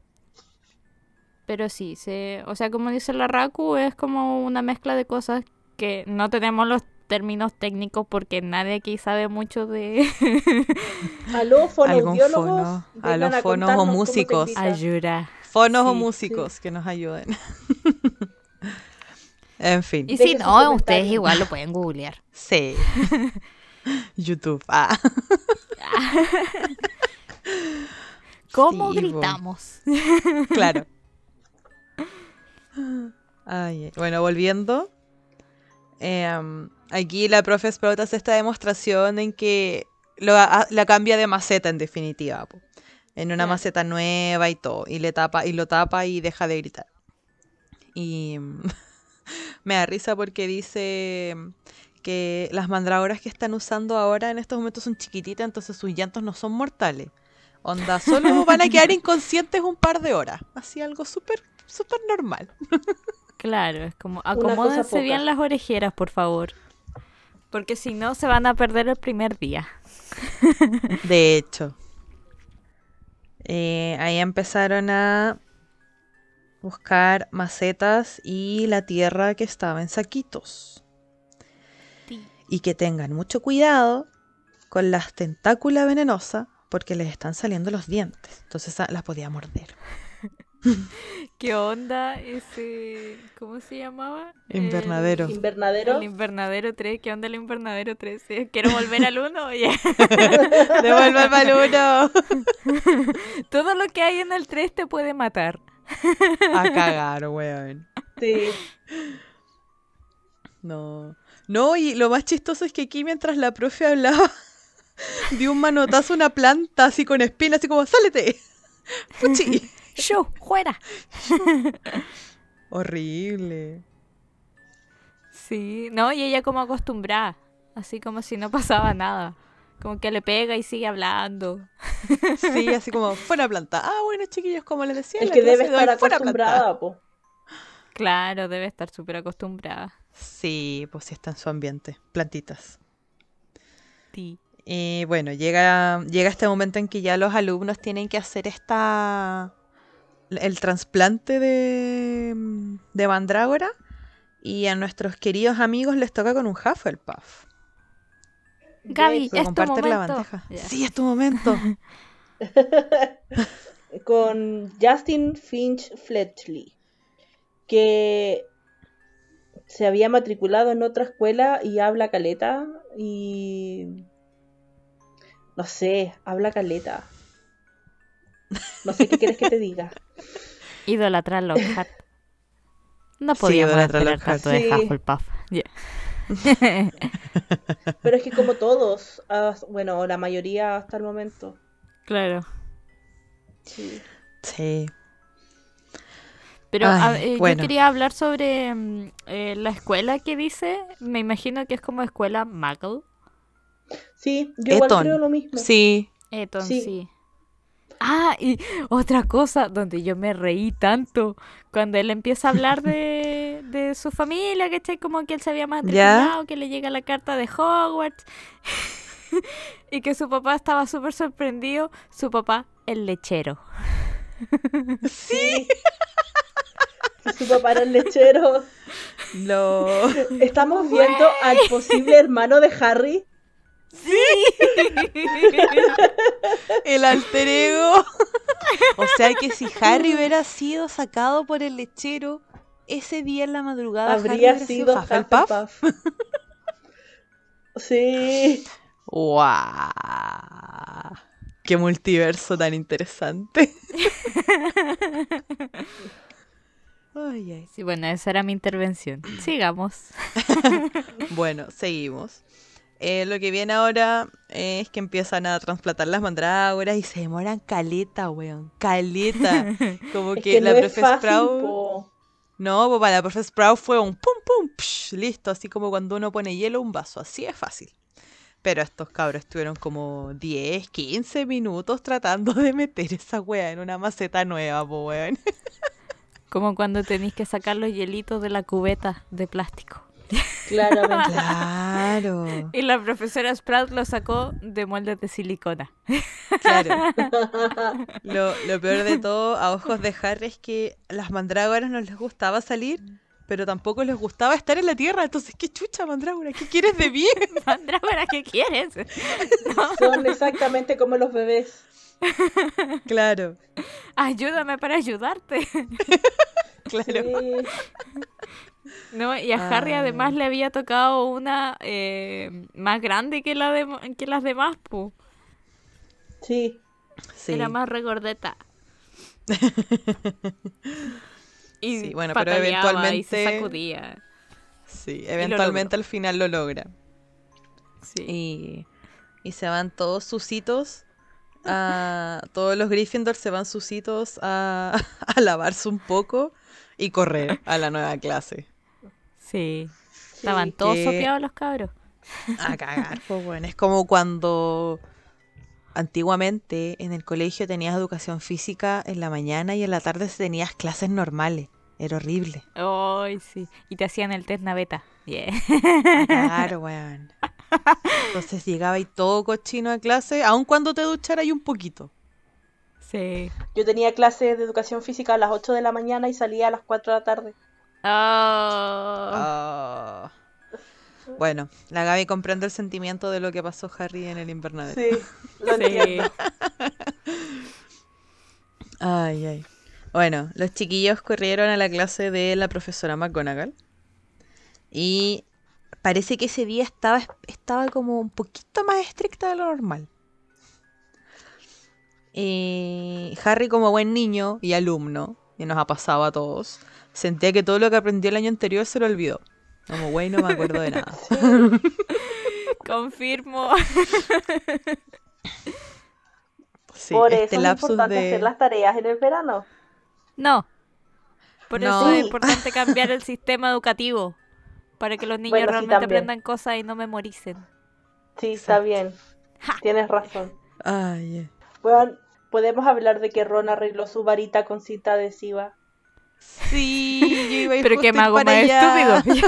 Pero sí, se, o sea, como dice la Raku, es como una mezcla de cosas que no tenemos los términos técnicos porque nadie aquí sabe mucho de Aló, Algún fonoaudiólogos, fono, a vengan los a fonos o contarnos cómo se músicos. grita. ayuda. Fonos o Sí. músicos que nos ayuden. En fin. Y Deje si sus no, ustedes comentarios. igual lo pueden googlear. Sí. YouTube. Ah. ¿Cómo Sí, po. gritamos? Claro. Ay, ay. Bueno, volviendo. em, aquí la profe Sprout hace esta demostración en que lo, a- la cambia de maceta en definitiva. Po. En una Claro. maceta nueva y todo. Y le tapa, y lo tapa y deja de gritar. Y me da risa porque dice que las mandrágoras que están usando ahora en estos momentos son chiquititas, entonces sus llantos no son mortales. Onda, solo van a quedar inconscientes un par de horas. Así algo súper, súper normal. Claro, es como cosa acomódense poca. bien las orejeras, por favor. Porque si no, se van a perder el primer día. De hecho. Eh, ahí empezaron a buscar macetas y la tierra que estaba en saquitos. Sí. Y que tengan mucho cuidado con las tentáculas venenosas porque les están saliendo los dientes. Entonces ah, las podía morder. ¿Qué onda ese... ¿Cómo se llamaba? Invernadero. El, Invernadero. el invernadero tres. ¿Qué onda el invernadero tres? ¿Eh? ¿Quiero volver al uno? Ya. ¡Devuelve al uno! Todo lo que hay en el tres te puede matar. A cagar, weón. Sí. No. No, y lo más chistoso es que aquí mientras la profe hablaba, dio un manotazo a una planta así con espinas, así como, ¡sálete! ¡Fuchi! ¡Shu! ¡Fuera! Horrible. Sí, no, y ella como acostumbrada, así como si no pasaba nada. Como que le pega y sigue hablando. Sí, así como, fuera planta. Ah, bueno, chiquillos, como les decía en Es la que clase debe de hoy, estar fuera planta. acostumbrada, po. Claro, debe estar súper acostumbrada. Sí, pues sí está en su ambiente. Plantitas. Sí. Y bueno, llega, llega este momento en que ya los alumnos tienen que hacer esta el trasplante de, de mandrágora y a nuestros queridos amigos les toca con un Hufflepuff. Gaby, Se es tu comparten la momento. bandeja. Ya. Sí, es tu momento. Con Justin Finch Fletchley, que se había matriculado en otra escuela y habla caleta y... No sé, habla caleta. No sé qué quieres que te diga. Idolatra a Lockhart. No Sí, podíamos idolatra a esperar Lockhart. tanto de Sí. Hufflepuff. Ya. Pero es que como todos, ah, bueno, la mayoría hasta el momento. Claro. Sí. Sí. Pero Ay, a- eh, bueno. yo quería hablar sobre mm, eh, la escuela que dice. Me imagino que es como escuela Muggle. Sí, yo igual Eton. creo lo mismo. Sí, Eton, Sí. sí. Ah, y otra cosa donde yo me reí tanto, cuando él empieza a hablar de, de su familia, ¿cachai? Como que él se había matriculado, que le llega la carta de Hogwarts y que su papá estaba súper sorprendido. Su papá, el lechero. Sí. Y su papá era el lechero. Lo... Estamos viendo al posible hermano de Harry. El alter ego. O sea que si Harry hubiera sido sacado por el lechero, ese día en la madrugada Harry Habría hubiera sido sido Hufflepuff. Hufflepuff. Sí. ¡Guau! ¡Qué multiverso tan interesante! Ay, ay. Sí, bueno, esa era mi intervención. Sigamos. Bueno, seguimos. Eh, lo que viene ahora es que empiezan a trasplantar las mandrágoras y se demoran caleta, weón. Caleta. Como Es que, que no la es profe fácil, Sprout. po. No, pues para la profe Sprout fue un pum pum, psh, listo. Así como cuando uno pone hielo a un vaso. Así es fácil. Pero estos cabros estuvieron como diez, quince minutos tratando de meter esa wea en una maceta nueva, po, weón. Como cuando tenéis que sacar los hielitos de la cubeta de plástico. Claramente. Claro. Y la profesora Sprout lo sacó de moldes de silicona. Claro. Lo, lo peor de todo, a ojos de Harry, es que las mandrágoras no les gustaba salir, pero tampoco les gustaba estar en la tierra. Entonces, ¿qué chucha, mandrágora? ¿Qué quieres de mí? Mandrágora, ¿qué quieres? Son exactamente como los bebés. Claro, Ayúdame para ayudarte. claro. Sí. No, y a Harry Ay. además le había tocado una eh, más grande que, la de, que las demás, pu. Sí. Sí. Era más regordeta. Y Sí, bueno, pero pataleaba y se eventualmente- sacudía. Sí, eventualmente al final lo logra. Sí. Y, y se van todos sucitos. A, todos los Gryffindor se van sucitos a, a lavarse un poco y correr a la nueva clase. Sí. Sí. Estaban todos Que- sopeados los cabros. A cagar, pues bueno. Es como cuando antiguamente en el colegio tenías educación física en la mañana y en la tarde tenías clases normales. Era horrible. Ay, sí. Y te hacían el test naveta. Yeah. A cagar, weón. Entonces llegaba y todo cochino a clase, aun cuando te ducharas un poquito. Sí. Yo tenía clases de educación física a las ocho de la mañana y salía a las cuatro de la tarde. Oh. Ah. Bueno, la Gaby comprende el sentimiento de lo que pasó Harry en el invernadero. Sí, lo Sí. entiendo. Ay, ay. Bueno, los chiquillos corrieron a la clase de la profesora McGonagall. Y parece que ese día estaba, estaba como un poquito más estricta de lo normal. Y Harry, como buen niño y alumno, y nos ha pasado a todos, sentía que todo lo que aprendió el año anterior se lo olvidó. Como, güey, no me acuerdo de nada. Sí. Confirmo. Sí, Por este eso es lapsus importante de... hacer las tareas en el verano. No. Por No. eso es Sí. importante cambiar el sistema educativo. Para que los niños Bueno, sí, realmente también. aprendan cosas y no memoricen. Sí, está Exacto. bien. Ja. Tienes razón. Ay, eh. Bueno, podemos hablar de que Ron arregló su varita con cinta adhesiva. Sí, yo iba a ir Pero justo que a me ir hago para más allá. estúpido.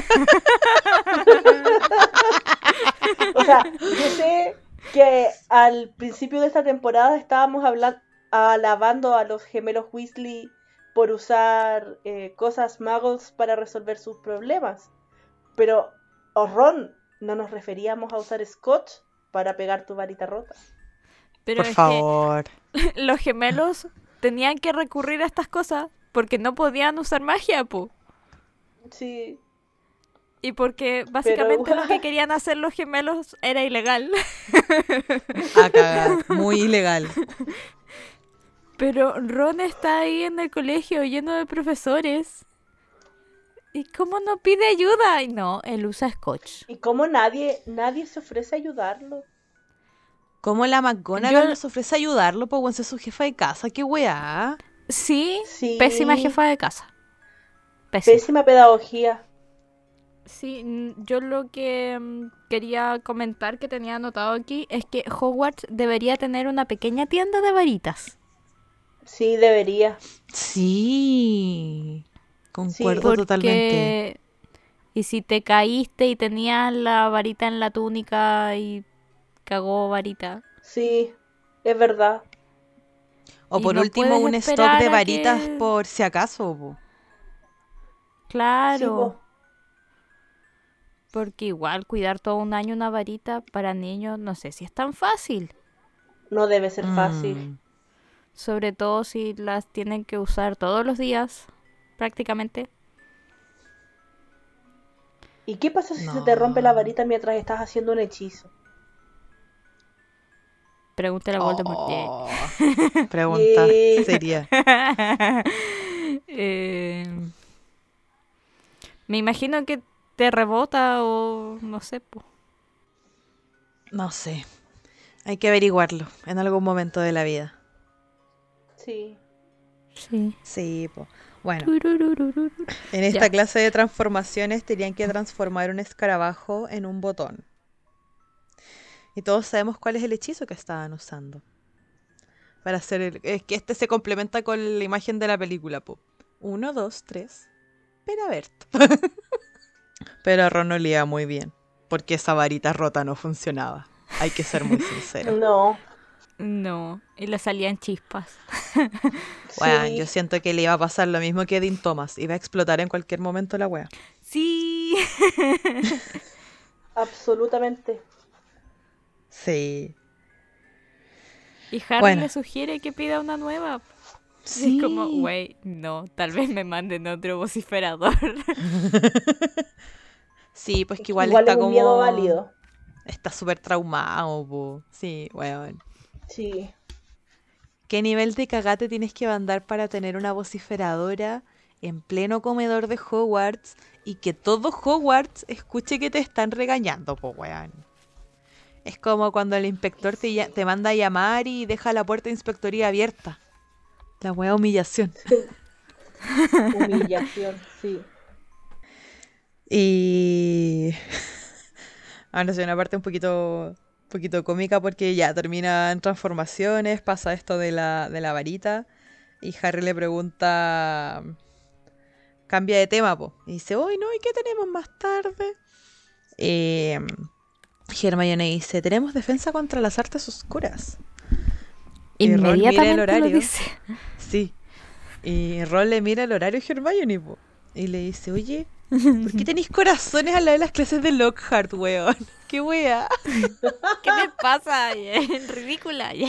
O sea, yo sé que al principio de esta temporada estábamos hablando, alabando a los gemelos Weasley por usar eh, cosas muggles para resolver sus problemas. Pero, oh, Ron, no nos referíamos a usar scotch para pegar tu varita rota. Pero Por es favor. que los gemelos tenían que recurrir a estas cosas porque no podían usar magia, pu. Sí, Y porque básicamente igual- lo que querían hacer los gemelos era ilegal. A cagar. Muy ilegal. Pero Ron está ahí en el colegio lleno de profesores. ¿Y cómo no pide ayuda? Y no, él usa scotch. ¿y cómo nadie, nadie se ofrece a ayudarlo? ¿Cómo la McGonagall Yo- nos ofrece ayudarlo? Pues, bueno, es su jefa de casa. ¡Qué weá! Sí, Sí. pésima jefa de casa. Pésima. Pésima pedagogía. Sí, mm, yo lo que mm, quería comentar que tenía anotado aquí es que Hogwarts debería tener una pequeña tienda de varitas. Sí, debería. Sí, concuerdo Sí. totalmente. Porque... Y si te caíste y tenías la varita en la túnica y cagó varita. Sí, es verdad. O Y por no último, puedes un stock esperar de a varitas que... por si acaso, po. Sí, Claro. po. Porque igual cuidar todo un año una varita para niños no sé si es tan fácil. No debe ser fácil. Mm, Sobre todo si las tienen que usar todos los días, prácticamente. ¿Y qué pasa si se te rompe la no. varita mientras estás haciendo un hechizo? Pregúntale a Voldemort. Yeah. Oh, pregunta Yay. seria. Eh, me imagino que te rebota o no sé. po. No sé. Hay que averiguarlo en algún momento de la vida. Sí. Sí. Sí, po. Bueno, Turururururu. en esta Ya. clase de transformaciones tenían que transformar un escarabajo en un botón. Y todos sabemos cuál es el hechizo que estaban usando. Para hacer el... Es que este se complementa con la imagen de la película, po. Uno, dos, tres. Perabert. Pero a Ron no le iba muy bien. Porque esa varita rota no funcionaba. Hay que ser muy sincero. No. No. Y le salían chispas. Weón, yo Sí. siento que le iba a pasar lo mismo que Dean Thomas. Iba a explotar en cualquier momento la wea. Sí. Absolutamente. Sí. Y Harry Bueno. le sugiere que pida una nueva. Y es como, Sí. wey, no, tal vez me manden otro vociferador. Sí, pues Es que que igual igual es está un miedo como... válido. Está súper traumado, po. Sí, weón. Sí. ¿Qué nivel de cagate tienes que mandar para tener una vociferadora en pleno comedor de Hogwarts y que todo Hogwarts escuche que te están regañando, po, weón? Es como cuando el inspector te, ya- te manda a llamar y deja la puerta de inspectoría abierta. La wea humillación. Humillación, sí. Y... ahora sí, una parte un poquito, un poquito cómica porque ya terminan transformaciones, pasa esto de la, de la varita y Harry le pregunta, cambia de tema, po, y dice, hoy no, ¿y qué tenemos más tarde? Eh, Hermione dice, tenemos defensa contra las artes oscuras. Y Ron mira el Inmediatamente lo horario, dice. sí, y Ron le mira el horario a Hermione, po, y le dice, oye, ¿por qué tenéis corazones al lado de las clases de Lockhart, weón? ¡Qué wea! ¿Qué te pasa? Ridícula. Ya.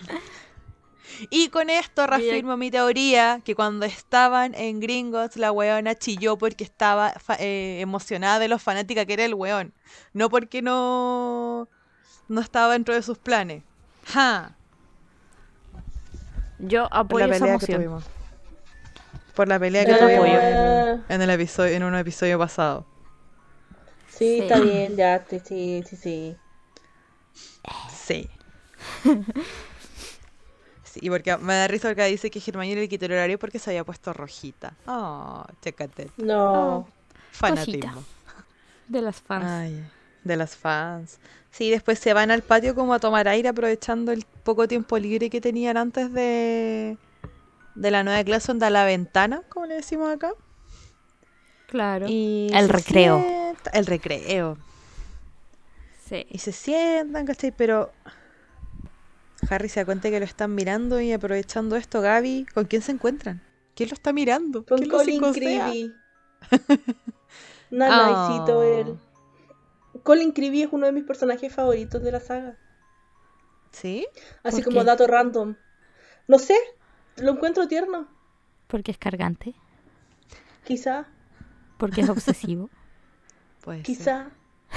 Y con esto Y ella- reafirmo mi teoría que cuando estaban en Gringotts la weona chilló porque estaba fa- eh, emocionada de lo fanática que era el weón. No porque no, no estaba dentro de sus planes. ¡Ja! Yo Por la apoyo esa pelea que emoción. tuvimos. Por la pelea Yo que te tuvimos apoyo. el- Eh, en el episodio, en un episodio pasado. sí, está Sí. bien, ya, te- sí, sí, sí. Sí. Sí, porque me da risa porque dice que Hermione le quitó el horario porque se había puesto rojita. Oh, chécate. Oh, No. Fanatismo. de las fans. Ay, de las fans. Sí, después se van al patio como a tomar aire aprovechando el poco tiempo libre que tenían antes de, de la nueva clase, onda a la ventana, como le decimos acá. Claro. Y El se recreo. sienta- el recreo. Sí. Y se sientan, ¿cachai? Pero Harry se da cuenta que lo están mirando y aprovechando esto, Gaby, ¿con quién se encuentran? ¿Quién lo está mirando? Con ¿Quién lo Colin psicosea? Creevy. Nanaicito Oh, él. Colin Creevy es uno de mis personajes favoritos de la saga. ¿sí? Así ¿Por como qué? dato random. No sé, lo encuentro tierno. Porque es cargante. Quizá, Porque es obsesivo. Puede ser. quizá.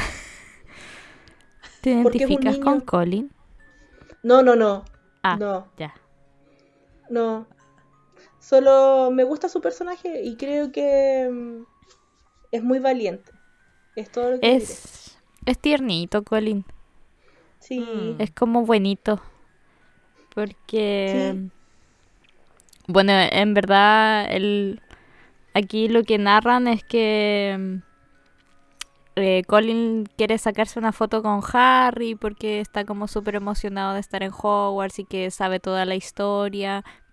¿Te Porque es un identificas con niño. Colin? No, no, no. Ah, No, ya. no. Solo me gusta su personaje y creo que mm, es muy valiente. Es todo lo que diré. Es, es tiernito, Colin. Sí, Mm. Es como buenito. Porque, sí, bueno, en verdad, el, aquí lo que narran es que eh, Colin quiere sacarse una foto con Harry porque está como súper emocionado de estar en Hogwarts y que sabe toda la historia,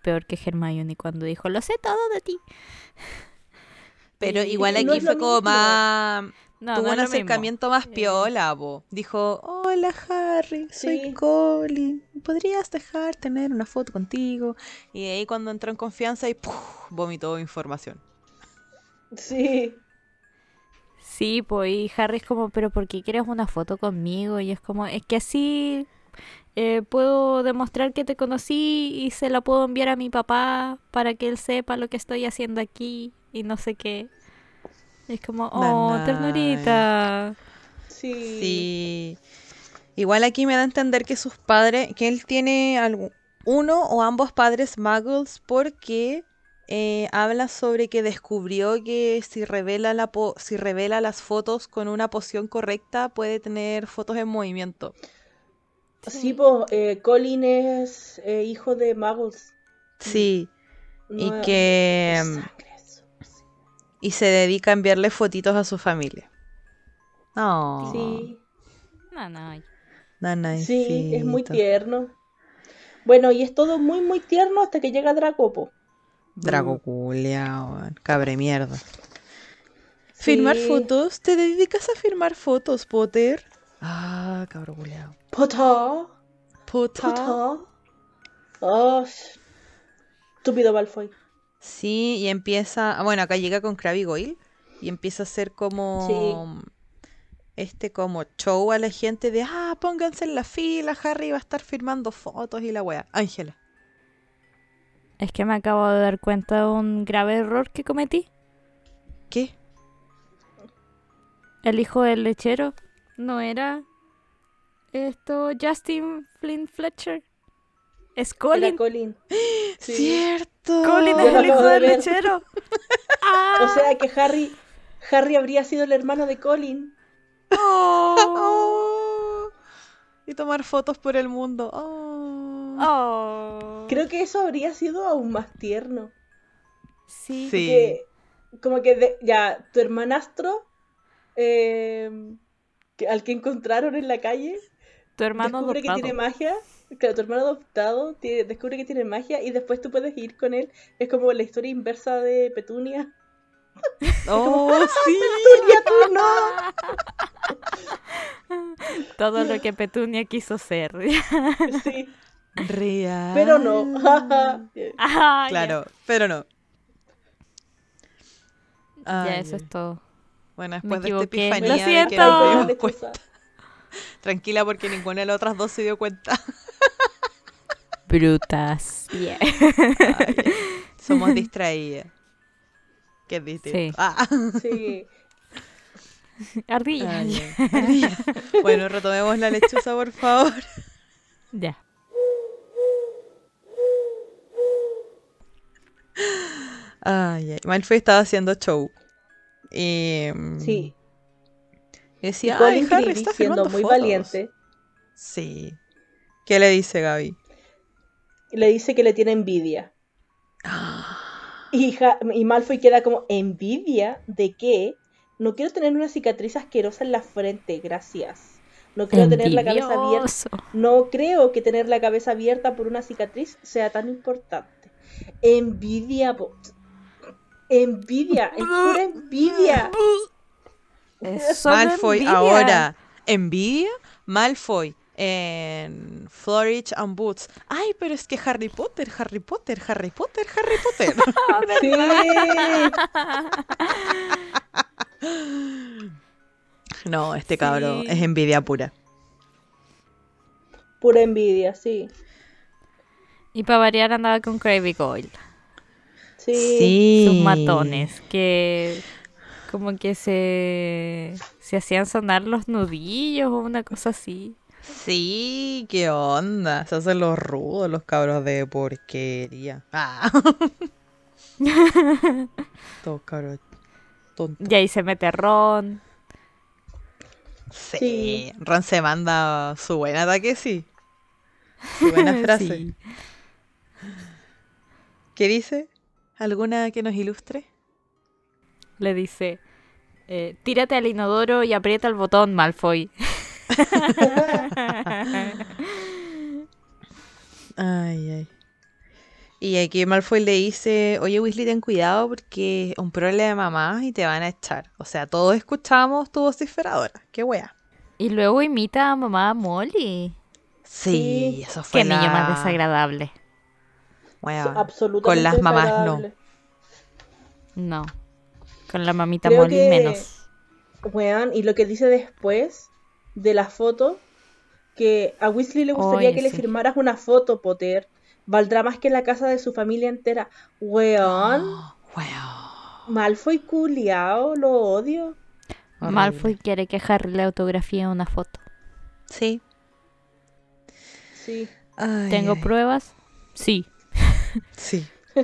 peor que Hermione cuando dijo, lo sé todo de ti. Pero Sí, igual no aquí es fue lo como mismo. más... No, Tuvo no un es lo mismo. acercamiento más Eh, piola, po. Dijo, hola Harry, soy Sí. Colin. ¿Podrías dejar tener una foto contigo? Y ahí cuando entró en confianza y ¡puf! Vomitó información. Sí. Sí, pues y Harry es como, pero ¿por qué quieres una foto conmigo? Y es como, es que así eh, puedo demostrar que te conocí y se la puedo enviar a mi papá para que él sepa lo que estoy haciendo aquí y no sé qué. Y es como, oh, Nanay. ternurita. Sí. Sí. Igual aquí me da a entender que sus padres, que él tiene algo, uno o ambos padres muggles porque eh, habla sobre que descubrió que si revela, la po- si revela las fotos con una poción correcta puede tener fotos en movimiento. Sí, Sí. pues eh, Colin es eh, hijo de Muggles. Mm, Sí, y No es de que mm, sangre eso. Sí. y se dedica a enviarle fotitos a su familia. Oh, Sí, No, no. sí, es muy nanaycito. tierno. Bueno, y es todo muy, muy tierno hasta que llega Dracopo. Mm, Drago culiao, cabre mierda. ¿Firmar Sí, fotos? ¿Te dedicas a firmar fotos, Potter? Ah, cabro culiao. Potter, Potter. Potter. Oh, estúpido Malfoy. Sí, y empieza. ah, Bueno, acá llega con Krabby Goyle y empieza a hacer Sí, como. Este como show a la gente de. Ah, pónganse en la fila, Harry va a estar firmando fotos y la wea. Ángela. Es que me acabo de dar cuenta de un grave error que cometí. ¿Qué? El hijo del lechero no era esto Justin Flynn Fletcher. Es era Colin. Colin. Sí, ¡Cierto! Colin yo es lo el hijo acabo de del ver. lechero. O ¡Ah! sea que Harry, Harry habría sido el hermano de Colin. ¡Oh! Oh, y tomar fotos por el mundo. Oh. ¡Oh! Creo que eso habría sido aún más tierno. Sí. Sí. Porque, como que de- ya, tu hermanastro, eh, que- al que encontraron en la calle, Tu hermano descubre que tiene adoptado. magia. Claro, tu hermano adoptado tiene- descubre que tiene magia y después tú puedes ir con él. Es como la historia inversa de Petunia. Es como, Oh, ¡ah, sí. Petunia, tú Todo lo que Petunia quiso ser. no! Sí, pero no. Real. ah, ya. Claro, pero no. Ya, Ay, eso es ay. todo. Bueno, Me después de esta equivoqué. Lo epifanía de que Ay, nos perdón, siento. dimos cuenta. lechuza. Tranquila porque ninguna de las otras dos se dio cuenta. Brutas. Yeah. Ay, ay. Somos distraídas. Que es distinto. Sí. Ah. Sí. Ardilla. Ay, ay. Ardilla. Bueno, retomemos la lechuza, por favor. Ya. Ay, ay. Malfoy estaba haciendo show. Y mm, Sí. Y decía, ay, Colin Harry Creevy, está siendo firmando muy fotos. valiente, Sí. ¿Qué le dice Gaby? le dice que le tiene envidia. Y, Ja- y Malfoy queda como, ¿envidia de qué? No quiero tener una cicatriz asquerosa en la frente, gracias. No quiero tener la cabeza abierta. Envidioso. No creo que tener la cabeza abierta por una cicatriz sea tan importante. Envidia, po- envidia, es pura envidia. Es solo Malfoy envidia. ahora. ¿Envidia? Malfoy en Flourish and Boots. Ay, pero es que Harry Potter, Harry Potter, Harry Potter, Harry Potter. Sí, No, este cabro es Sí. envidia pura. pura envidia, sí. Y para variar andaba con Krabby Goyle. Sí, Sus Sí. matones. Que como que se, se hacían sonar los nudillos o una cosa así. Sí, qué onda. Se hacen los rudos, los cabros de porquería. Ah. Todos cabros tontos. Y ahí se mete Ron. Sí. Sí. Ron se manda su buen ataque, sí. Su buena frase. Sí. ¿Qué dice? ¿Alguna que nos ilustre? Le dice, eh, tírate al inodoro y aprieta el botón, Malfoy. Ay, ay. Y aquí Malfoy le dice, oye Weasley, ten cuidado porque un problema más y te van a echar. O sea, todos escuchamos tu vociferadora. Qué wea. Y luego imita a mamá Molly. Sí, Sí, eso fue Qué niño más la... desagradable. so- Weón. Con absolutamente las mamás no. desagradable. No. Con la mamita Creo Molly que, menos. weón, y lo que dice después de la foto, que a Weasley le gustaría Oye, que le sí. firmaras una foto, Potter. Valdrá más que la casa de su familia entera. Weón, Weón. Malfoy culiao, lo odio. Malfoy Horrible. quiere que Harry le autografíe una foto. Sí. Sí. Ay, ¿Tengo ay. pruebas? Sí. Sí.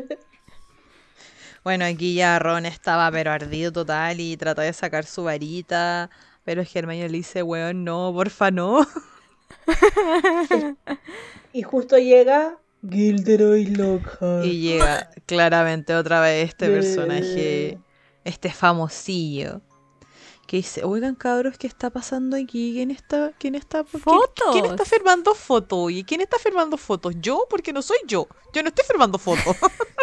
Bueno, aquí ya Ron estaba pero ardido total y trató de sacar su varita, pero Hermione le dice, weón, no, porfa, no. Es- y justo llega Gilderoy Lockhart. Y llega claramente otra vez este De... personaje, este famosillo, que dice, oigan cabros, ¿qué está pasando aquí? ¿Quién está, quién está, quién, quién está ¡Fotos! firmando fotos? ¿Y quién está firmando fotos? ¿Yo? Porque no soy yo. Yo no estoy firmando fotos.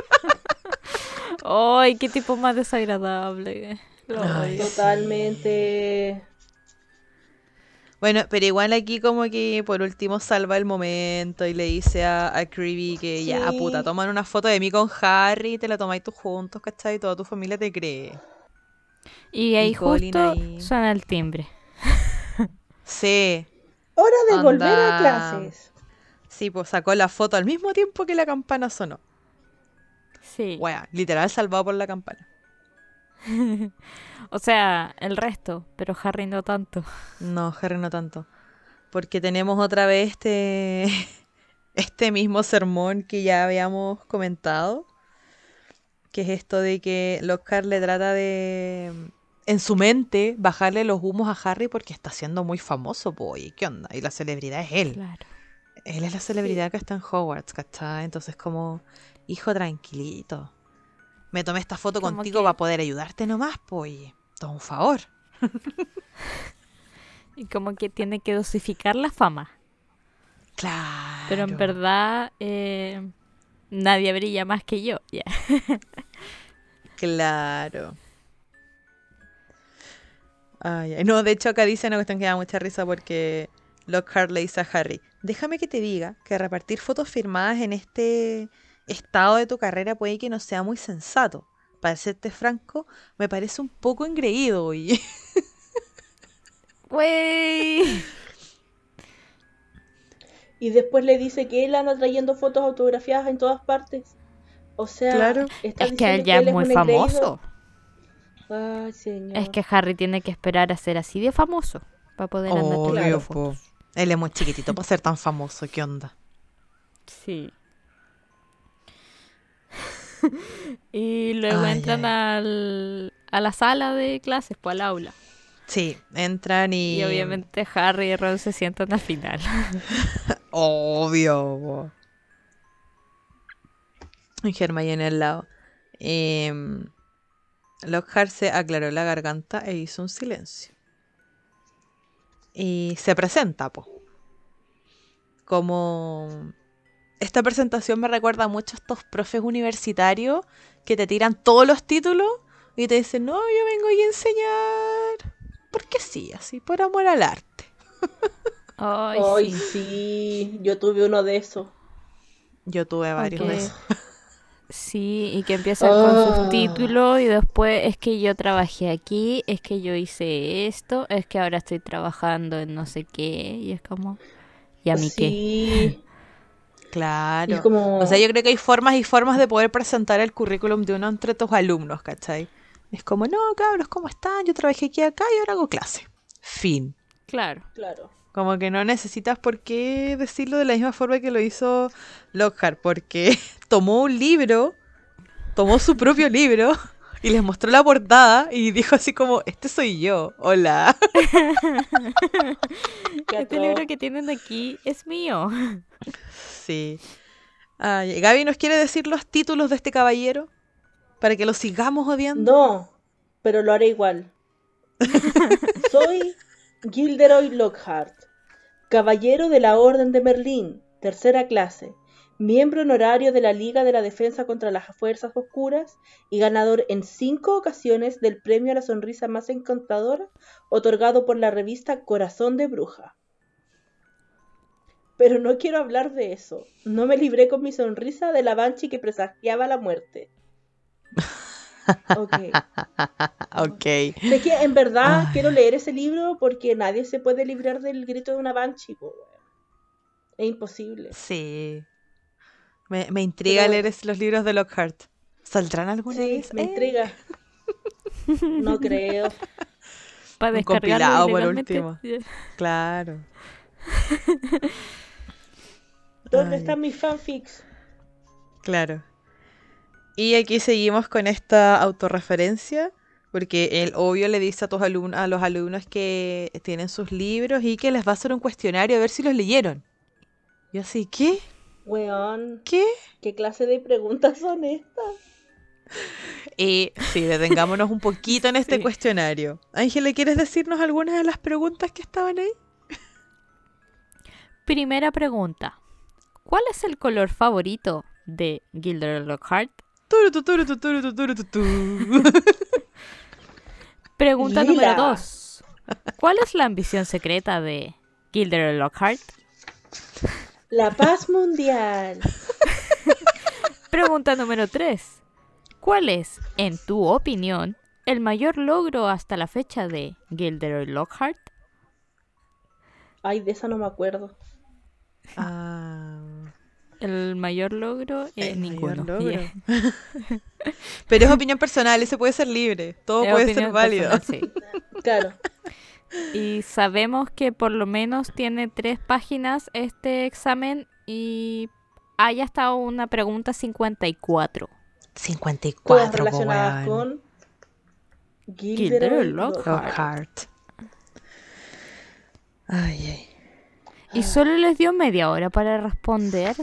¡Ay, qué tipo más desagradable! Lo Ay, odio. sí. Totalmente. Bueno, pero igual aquí como que por último salva el momento y le dice a, a Creevy que ya, puta, Sí. toman una foto de mí con Harry y te la tomáis tú juntos, ¿cachai? Y toda tu familia te cree. Y Y ahí Colin justo ahí... suena el timbre. Sí, Hora de volver a anda... clases. Sí, pues sacó la foto al mismo tiempo que la campana sonó. Sí. Wea, literal salvado por la campana. O sea, el resto, pero Harry no tanto. No, Harry no tanto. Porque tenemos otra vez este... este mismo sermón que ya habíamos comentado. Que es esto de que Lockhart le trata de, en su mente, bajarle los humos a Harry porque está siendo muy famoso, pues, ¿qué onda? Y la celebridad es él. Claro. Él es la celebridad que está en Hogwarts, ¿cachai? Entonces como, hijo, tranquilito. Me tomé esta foto Como contigo que... para poder ayudarte nomás, pues. Todo un favor. Y como que tiene que dosificar la fama. Claro. Pero en verdad, eh, nadie brilla más que yo. Ya. Claro. Ay, ay. No, de hecho acá dice una cuestión que da mucha risa porque Lockhart le dice a Harry, déjame que te diga que repartir fotos firmadas en este estado de tu carrera puede que no sea muy sensato. Para serte franco, me parece un poco engreído, oye. Güey. Y después le dice que él anda trayendo fotos autografiadas en todas partes. O sea, Claro. ¿estás Es que él diciendo ya que es él es muy un engreído? famoso. Ay, señor. Es que Harry tiene que esperar a ser así de famoso para poder andar Obvio, trayendo Claro. po. fotos. Él es muy chiquitito para ser tan famoso, ¿qué onda? Sí. Y luego Ay, entran ay. al, a la sala de clases, pues al aula. Sí, entran y... Y obviamente Harry y Ron se sientan al final. Obvio, po. Y Hermione al lado. Em, Lockhart se aclaró la garganta e hizo un silencio. Y se presenta, po. Como... Esta presentación me recuerda mucho a estos profes universitarios que te tiran todos los títulos y te dicen, no, yo vengo aquí a enseñar. Porque sí, así, por amor al arte. Ay, Ay, sí. sí, yo tuve uno de esos. Yo tuve varios de Ok. esos. Sí, y que empiezan con sus Ah, títulos y después es que yo trabajé aquí, es que yo hice esto, es que ahora estoy trabajando en no sé qué, y es como, ¿y a mí qué? sí. Y es Claro. O sea, como, yo creo que hay formas y formas de poder presentar el currículum de uno entre tus alumnos, ¿cachai? Es como, no, cabros, ¿cómo están? Yo trabajé aquí acá y ahora hago clase. Fin. Claro. claro. Como que no necesitas por qué decirlo de la misma forma que lo hizo Lockhart, porque tomó un libro, tomó su propio libro y les mostró la portada y dijo así como, este soy yo, hola. Qué Este atroz. libro que tienen aquí es mío. Sí. Ay, Gaby, ¿nos quiere decir los títulos de este caballero? Para que lo sigamos odiando. No, pero lo haré igual. Soy Gilderoy Lockhart, caballero de la Orden de Merlín, tercera clase. miembro honorario de la Liga de la Defensa contra las Fuerzas Oscuras y ganador en cinco ocasiones del premio a la sonrisa más encantadora, otorgado por la revista Corazón de Bruja. Pero no quiero hablar de eso. No me libré con mi sonrisa de la Banshee que presagiaba la muerte. Ok. Ok. Sé que en verdad Ay. quiero leer ese libro porque nadie se puede librar del grito de una Banshee, po, weón. Es imposible. Sí. Me, me intriga Pero leer bueno. es- los libros de Lockhart. ¿Saldrán alguna Sí, vez? me Eh, intriga. No creo. Para Un descargarlo compilado por ilegalmente. último. Claro. ¿Dónde Ay, están mis fanfics? claro. Y aquí seguimos con esta autorreferencia, porque el obvio le dice a, tus alumnos, a los alumnos que tienen sus libros y que les va a hacer un cuestionario a ver si los leyeron. Y así, ¿qué? Weón, ¿Qué? ¿qué clase de preguntas son estas? Y sí, detengámonos un poquito en este Sí. cuestionario. Ángela, ¿quieres decirnos algunas de las preguntas que estaban ahí? Primera pregunta. ¿Cuál es el color favorito de Gilderoy Lockhart? Turutu, turutu, turutu, turutu, tu. Pregunta Lila. número dos. ¿Cuál es la ambición secreta de Gilderoy Lockhart? La paz mundial. Pregunta número tres. ¿Cuál es, en tu opinión, el mayor logro hasta la fecha de Gilderoy Lockhart? Ay, de esa no me acuerdo. Ah, El mayor logro es el mayor ninguno. logro. Yeah. Pero es opinión personal, ese puede ser libre. Todo Es puede ser opinión válido. personal, sí. Claro. Y sabemos que por lo menos tiene tres páginas este examen y hay hasta una pregunta cincuenta y cuatro. cincuenta y Todas cuatro, po, relacionadas weón. con Gilderoy Gilderoy Lockhart. Lockhart. Lockhart. Ay, ay. Y solo les dio media hora para responder.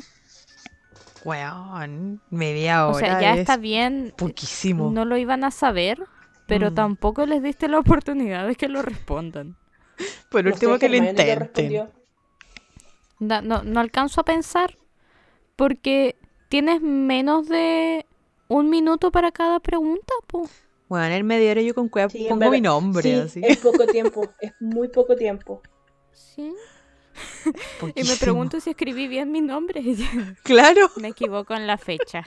Weón, media hora O sea, ya es está bien. poquísimo. No lo iban a saber, pero Mm. tampoco les diste la oportunidad de que lo respondan. Por No último sé, que lo Hermione lo intenten. respondió. Da- No, no alcanzo a pensar porque tienes menos de un minuto para cada pregunta, po. Bueno, en media hora yo con cueva Sí, en pongo mi verdad. nombre, Sí, así. es poco tiempo. Es muy poco tiempo. Sí. Y Poquísimo. me pregunto si escribí bien mi nombre. Claro, Me equivoco en la fecha.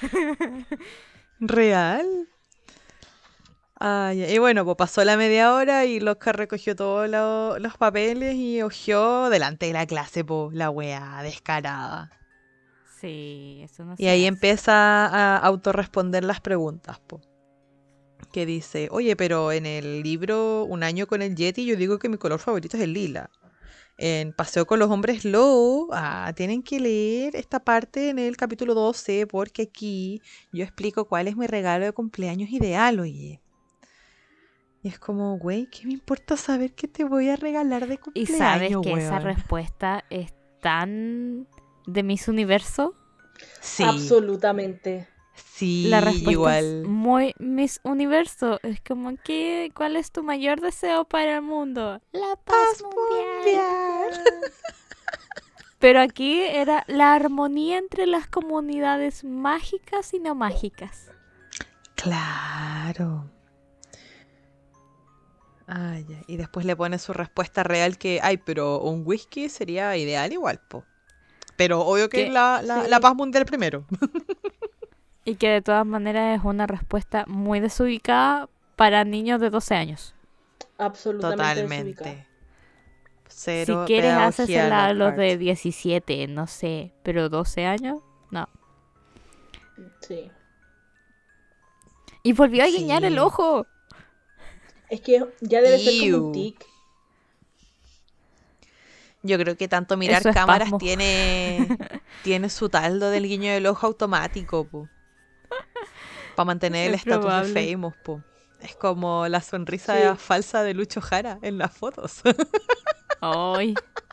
real. Ay, y bueno, pues pasó la media hora y Loscar recogió todos lo- los papeles y hojeó delante de la clase, po, la weá descarada. Sí, eso no Y se ahí hace. empieza a autorresponder las preguntas, po. Que dice, oye, pero en el libro Un año con el Yeti yo digo que mi color favorito es el lila. En Paseo con los hombres lobo, ah, tienen que leer esta parte en el capítulo doce porque aquí yo explico cuál es mi regalo de cumpleaños ideal, oye. Y es como, güey, ¿qué me importa saber qué te voy a regalar de Y cumpleaños, sabes que esa weón? respuesta es tan de Miss Universo. Sí, Absolutamente. sí, La respuesta igual. es muy Miss Universo. Es como que, ¿cuál es tu mayor deseo para el mundo? La paz, mundial. Pero aquí era la armonía entre las comunidades mágicas y no mágicas. Claro. Ay, ya. Y después le pone su respuesta real que, ay, pero un whisky sería ideal igual, po. Pero obvio que ¿Qué? la, la, Sí. la paz mundial primero. Y que de todas maneras es una respuesta muy desubicada para niños de doce años. Absolutamente desubicada. Totalmente. Cero Si quieres, pedagogía hácesela a los Lockhart. de diecisiete, no sé. Pero doce años, no. Sí. Y volvió a Sí. guiñar el ojo. Es que ya debe ser como Iu. un tic. Yo creo que tanto mirar Eso es cámaras pasmo. tiene, tiene su taldo del guiño del ojo automático, po. Para mantener el Es estatus de probable. famous, po. Es como la sonrisa Sí. falsa de Lucho Jara en las fotos. Ay,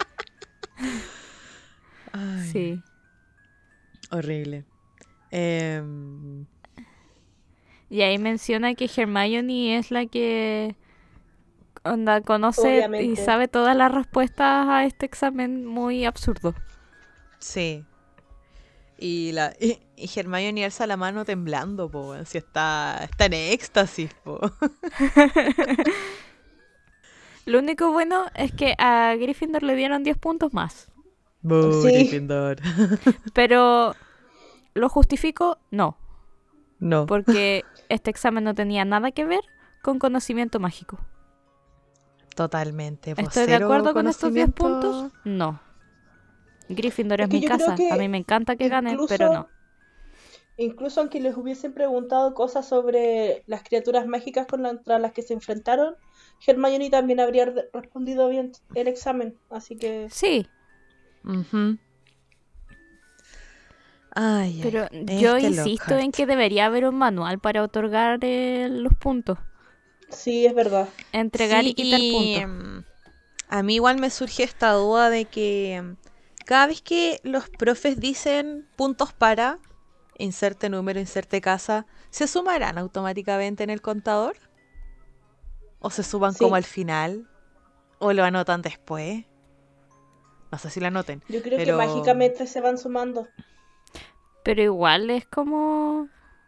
Ay, sí. horrible. Em, Y ahí menciona que Hermione es la que onda, conoce y Obviamente. sabe todas las respuestas a este examen muy absurdo. sí. Y, la, y, y Hermione alza la mano temblando, po, weón, si está, está en éxtasis, po. Lo único bueno es que a Gryffindor le dieron diez puntos más. Bu, Sí. Gryffindor. Pero, ¿lo justifico? No. No. Porque este examen no tenía nada que ver con conocimiento mágico. Totalmente. po, ¿Estoy de cero acuerdo con estos diez conocimiento. puntos? No. Gryffindor Es es que mi yo creo casa. que A mí me encanta que gane, incluso- pero no. Incluso aunque les hubiesen preguntado cosas sobre las criaturas mágicas contra las que se enfrentaron, Hermione también habría re- respondido bien el examen. Así que Sí, Ujú. Ay, ay, pero yo este insisto en Lockhart. que debería haber un manual para otorgar eh, los puntos. sí, es verdad. Entregar Sí, y quitar y, puntos. mm, a mí igual me surge esta duda de que mm, cada vez que los profes dicen puntos para, inserte número, inserte casa, ¿se sumarán automáticamente en el contador? ¿O se suban Sí. como al final? ¿O lo anotan después? No sé si lo anoten. Yo creo que Pero- mágicamente se van sumando. Pero igual es como...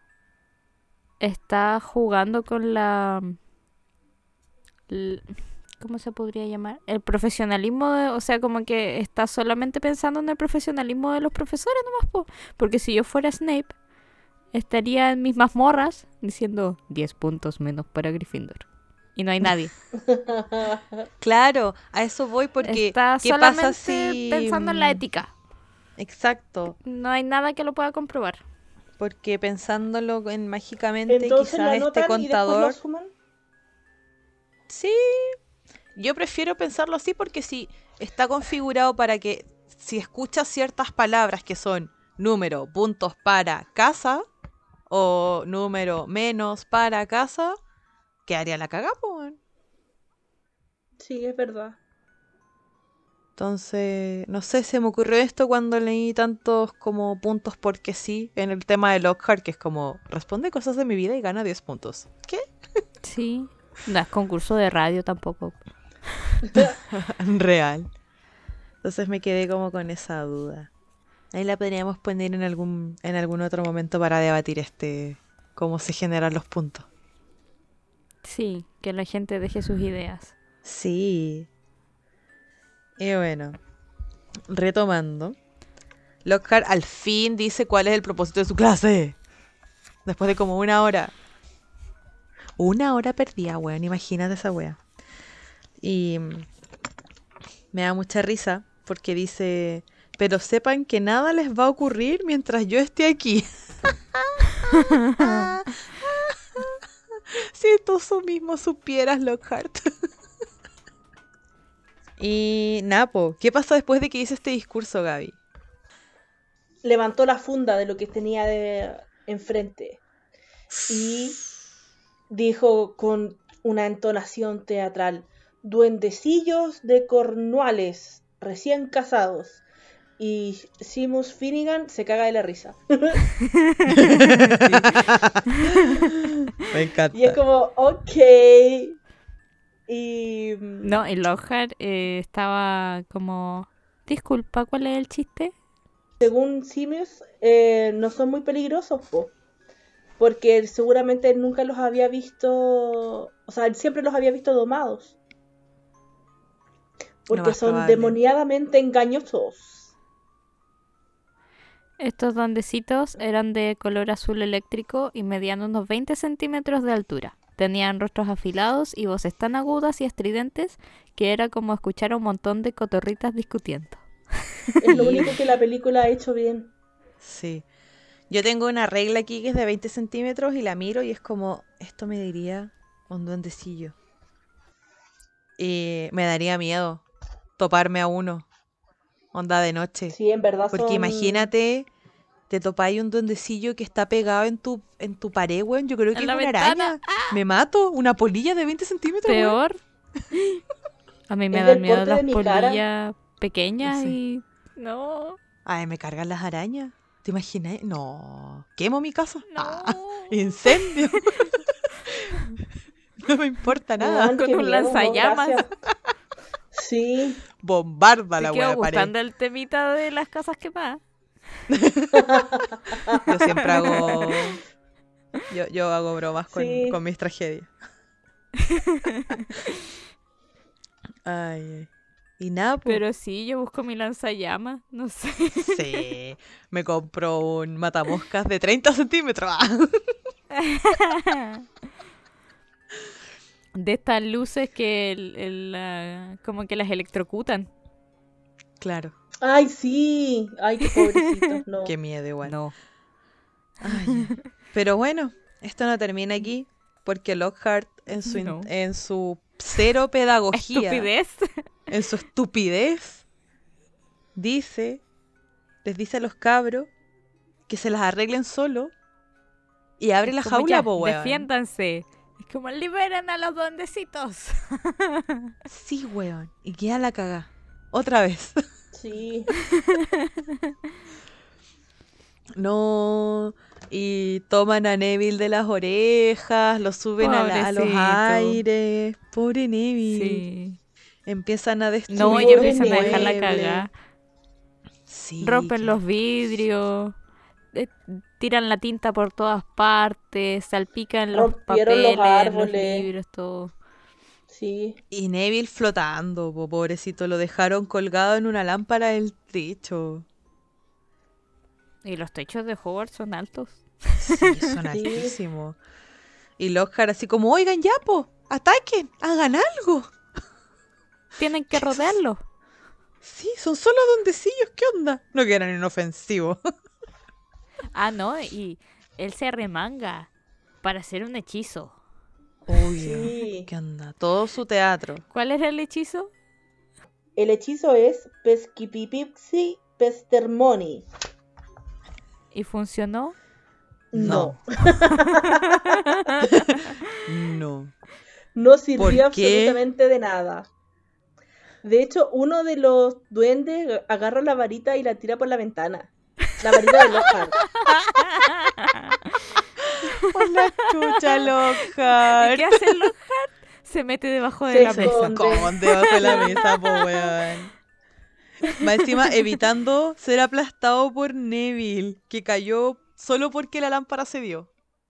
Está jugando con la... l- ¿Cómo se podría llamar? El profesionalismo, de- o sea, como que está solamente pensando en el profesionalismo de los profesores nomás, po. Porque si yo fuera Snape, estaría en mis mazmorras diciendo diez puntos menos para Gryffindor. Y no hay nadie. Claro, a eso voy porque Está ¿qué solamente pasa si pensando en la mm, ética. Exacto, No hay nada que lo pueda comprobar. porque pensándolo en mágicamente Entonces lo quizás este anotan y después lo contador. suman. Sí, yo prefiero pensarlo así porque si está configurado para que si escuchas ciertas palabras que son número, puntos para casa o número menos para casa, quedaría la cagada, po, weón. Sí, es verdad. Entonces, no sé, se me ocurrió esto cuando leí tantos como puntos porque sí en el tema de Lockhart, que es como, responde cosas de mi vida y gana diez puntos. ¿Qué? Sí. No es concurso de radio tampoco. Real. Entonces me quedé como con esa duda. Ahí la podríamos poner en algún, en algún otro momento para debatir este, cómo se generan los puntos. Sí, que la gente deje sus ideas. Sí. Y bueno, retomando, Lockhart al fin dice cuál es el propósito de su clase. Después de como una hora. Una hora perdida, weón. Imagínate esa wea. Y mm, me da mucha risa porque dice, pero sepan que nada les va a ocurrir mientras yo esté aquí. Si tú su mismo supieras, Lockhart. Y Napo, ¿qué pasó después de que hice este discurso, Gaby? Levantó la funda de lo que tenía de enfrente y dijo con una entonación teatral: duendecillos de Cornualles, recién casados. Y Seamus Finnegan se caga de la risa. Me encanta. Y es como, ok. Y... No, y Lockhart eh, estaba como... Disculpa, ¿cuál es el chiste? según Seamus, eh, no son muy peligrosos, po. Porque seguramente nunca los había visto... O sea, él siempre los había visto domados. Lo Porque más son probable. demoniadamente engañosos. Estos duendecitos eran de color azul eléctrico y medían unos veinte centímetros de altura. Tenían rostros afilados y voces tan agudas y estridentes que era como escuchar a un montón de cotorritas discutiendo. Es lo único que la película ha hecho bien. Sí. Yo tengo una regla aquí que es de veinte centímetros y la miro y es como, esto me diría un duendecillo. Y me daría miedo toparme a uno. Onda de noche. Sí, en verdad Porque son... imagínate, te topáis un duendecillo que está pegado en tu, en tu pared, weón. Yo creo que En es la una ventana. araña. Me mato. Una polilla de veinte centímetros, weón. Peor. A mí me Es dan del miedo porte las de mi cara. polillas pequeñas Sí. y... No, Ay, me cargan las arañas. ¿Te imaginas? No. Quemo mi casa. no. Ah, incendio. No me importa nada. Weón, Con qué un miedo, no, lanzallamas. gracias. Sí, Bombarda Te la quedó wea de pared. gustando el temita de las casas quemadas. Yo siempre hago... Yo, yo hago bromas con, Sí. con mis tragedias. Ay, ay. Y nada, pues. Pero sí, yo busco mi lanzallamas, no sé. Sí, me compro un matamoscas de treinta centímetros. De estas luces que el- el, la- como que las electrocutan. Claro, Ay, sí. Ay, qué pobrecitos. No. qué miedo igual. No. Ay, ay. Pero bueno, esto no termina aquí porque Lockhart en su, in- No. en su cero pedagogía, Estupidez. en su estupidez, dice, les dice a los cabros que se las arreglen solo y abre Es la como, jaula, ya, po, weón. defiéndanse. Es como, liberen a los duendecitos. Sí, weón. Y queda la cagá. Otra vez. Sí. No. Y toman a Neville de las orejas, lo suben a, la- a los Pobrecito. aires. Pobre Neville. Sí. Empiezan a destruir No, y pobre empiezan a dejar la muebles. cagada. Sí, Rompen que- los vidrios. eh, Tiran la tinta por todas partes. Salpican los Rompieron los papeles, los árboles. libros, todo. Sí. Y Neville flotando, po, pobrecito. Lo dejaron colgado en una lámpara del techo. Y los techos de Hogwarts son altos. Sí, son Sí. altísimos. Y Lockhart así como, oigan ya, po, ataquen, hagan algo. Tienen que rodearlo. Sí, son solo duendecillos, ¿qué onda? No que eran inofensivos. Ah, no, y él se remanga para hacer un hechizo. Obvio. Sí. ¿Qué onda? Todo su teatro. ¿Cuál era el hechizo? El hechizo es Pesquipipipsi Pestermoni. ¿Y funcionó? No. No. No sirvió ¿Por qué? absolutamente de nada. De hecho, uno de los duendes agarra la varita y la tira por la ventana. La varita de Lockhart. Por la chucha, ¿Y Lockhart. qué hace Lockhart? Se mete debajo de Se la Se mesa. esconde. esconde bajo la mesa, po, weón. Más encima, evitando ser aplastado por Neville, que cayó solo porque la lámpara se dio.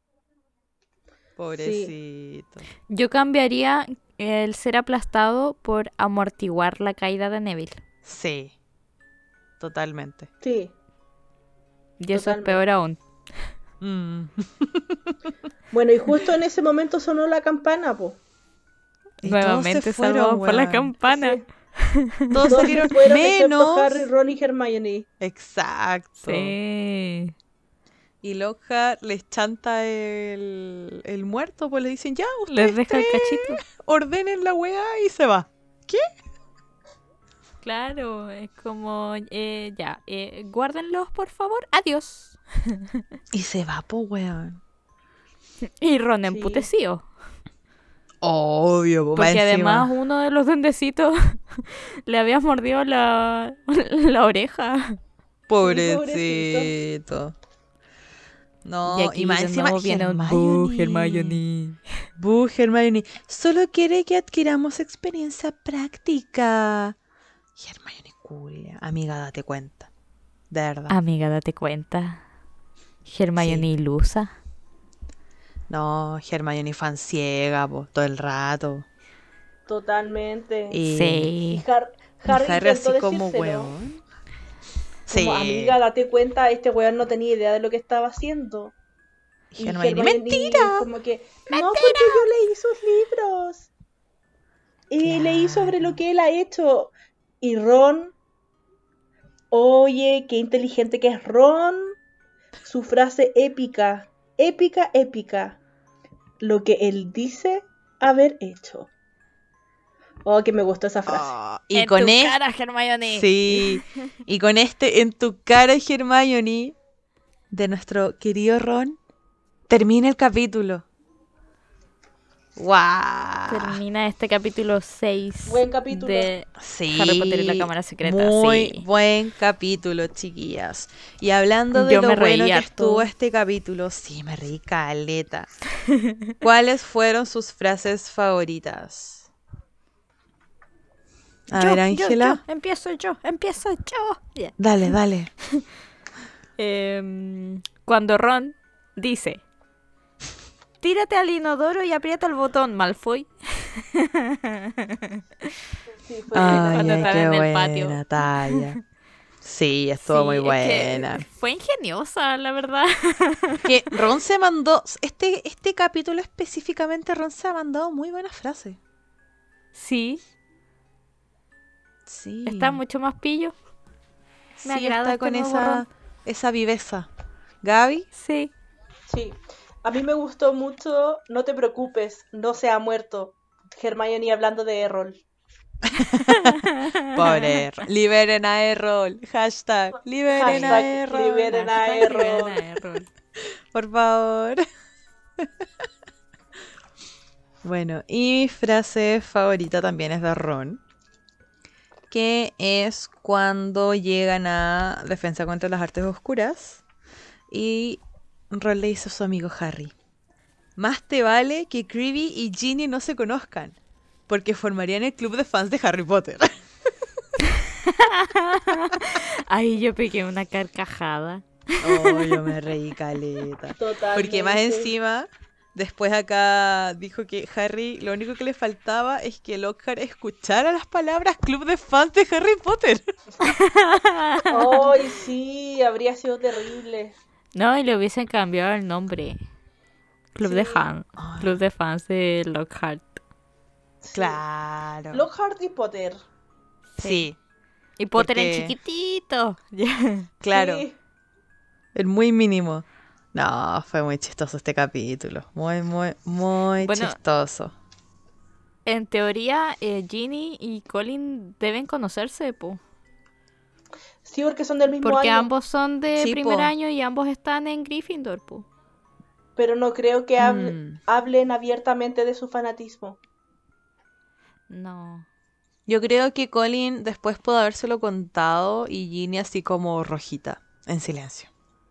Pobrecito. Yo cambiaría el ser aplastado por amortiguar la caída de Neville. Sí. Totalmente. Sí. Y eso Totalmente. es peor aún. Mm. Bueno, y justo en ese momento sonó la campana, po. Y todos Nuevamente se fueron, salvado por la weón. campana. Sí. Todos Todos salieron se fueron, excepto menos. Harry, Ron y Hermione. Exacto. Sí. Y Lockhart les chanta el, el muerto, pues le dicen, ya, Les ustedes deja el tres cachito. ordenen la weá y se va. Claro, es como, eh, ya, eh, guárdenlos por favor, adiós. Y se va, po, weón. Y Ron Sí. emputecido. Obvio, po, más Porque encima. además uno de los duendecitos le había mordido la, la oreja. Pobrecito. No, y y, aquí más de encima nuevo viene un Hermione. "Boo, Hermione". Boo, Hermione. Solo quiere que adquiramos experiencia práctica. Y Hermione culia. Amiga, date cuenta. De verdad. Amiga, date cuenta. Hermione ilusa. No, Hermione fan ciega, po, todo el rato. Totalmente. Y, Y Sí. Har- y Harry, Harry así intentó como decírselo. weón. Como, amiga, date cuenta, este weón no tenía idea de lo que estaba haciendo. Y Y Hermione, Hermione ¡mentira! como que, no, porque yo leí sus libros. Y leí sobre Claro. lo que él ha hecho. Y Ron, oye, qué inteligente que es Ron. Su frase épica, épica, épica. Lo que él dice haber hecho. Oh, que me gustó esa frase. Ah, y En con tu este, cara, Hermione. sí, y con este en tu cara, Hermione, de nuestro querido Ron, termina el capítulo. ¡Guau! Termina este capítulo seis Buen capítulo. de Sí, Harry Potter y la Cámara Secreta. muy Sí. buen capítulo, chiquillas. Y hablando de Yo lo me bueno reí que harto. estuvo este capítulo, sí, me reí caleta. ¿Cuáles fueron sus frases favoritas? A Yo, ver, yo, Ángela. yo, empiezo yo, empiezo yo. Ya. Dale, dale. Em, cuando Ron dice, tírate al inodoro y aprieta el botón, Malfoy. Sí, fue Ay, Cuando ay, están qué en el buena patio. talla. Sí, estuvo Sí, muy es buena. que fue ingeniosa, la verdad. Que Ron se mandó, este, este capítulo específicamente, Ron se ha mandado muy buenas frases. Sí, Sí. está mucho más pillo. Me Sí, agrada está este con nuevo esa, Ron. esa viveza. Gaby, Sí. Sí. A mí me gustó mucho, no te preocupes, no se ha muerto. Hermione hablando de Errol. pobre Errol. Liberen a Errol. Hashtag, liberen a Hashtag Errol. liberen a Hashtag liberen Errol. a Errol. Por favor. Bueno, y mi frase favorita también es de Ron, que es cuando llegan a Defensa contra las Artes Oscuras y Ron le dice a su amigo Harry, más te vale que Creevy y Ginny no se conozcan, porque formarían el club de fans de Harry Potter. Ahí yo pegué una carcajada. Oh, yo me reí caleta. Totalmente. Porque más encima, después acá dijo que Harry, lo único que le faltaba es que Lockhart escuchara las palabras club de fans de Harry Potter. Ay, sí, habría sido terrible. No, y le hubiesen cambiado el nombre. Club Sí. de Han. Ay. Club de fans de Lockhart. Sí. Claro. Lockhart y Potter. Sí, Y Potter en Porque- chiquitito. claro. Sí. El muy mínimo. No, fue muy chistoso este capítulo. Muy, muy, muy Bueno, chistoso. En teoría, eh, Ginny y Colin deben conocerse, po. Sí, porque son del mismo Porque año. ambos son de Sí, primer po. año y ambos están en Gryffindor, po. Pero no creo que hable- Mm. hablen abiertamente de su fanatismo. No. Yo creo que Colin después pudo habérselo contado y Ginny así como rojita, en silencio.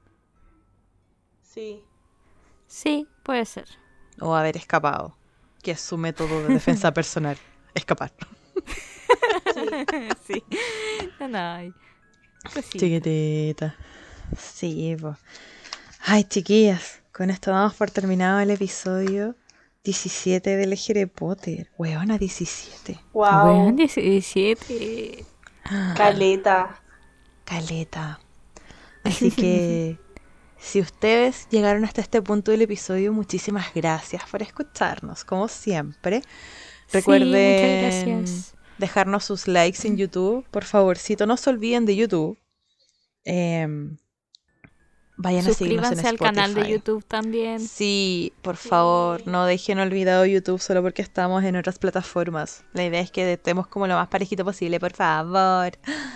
Sí. Sí, puede ser. O haber escapado, que es su método de defensa personal, escapar. Sí. Sí. No, no. ay. Cosita. Chiquitita. Sí, pues. Ay, chiquillas, con esto damos por terminado el episodio diecisiete del Harry Potter. Weona, diecisiete. Wow. Weón, diecisiete. Caleta. Caleta. Así que, si ustedes llegaron hasta este punto del episodio, muchísimas gracias por escucharnos, como siempre. Recuerden Sí, muchas gracias. dejarnos sus likes en YouTube, por favorcito. No se olviden de YouTube. Em, vayan a seguirnos en Suscríbanse al canal de Spotify. YouTube también. Sí, por Sí. favor, no dejen olvidado YouTube solo porque estamos en otras plataformas. La idea es que estemos como lo más parejito posible, por favor.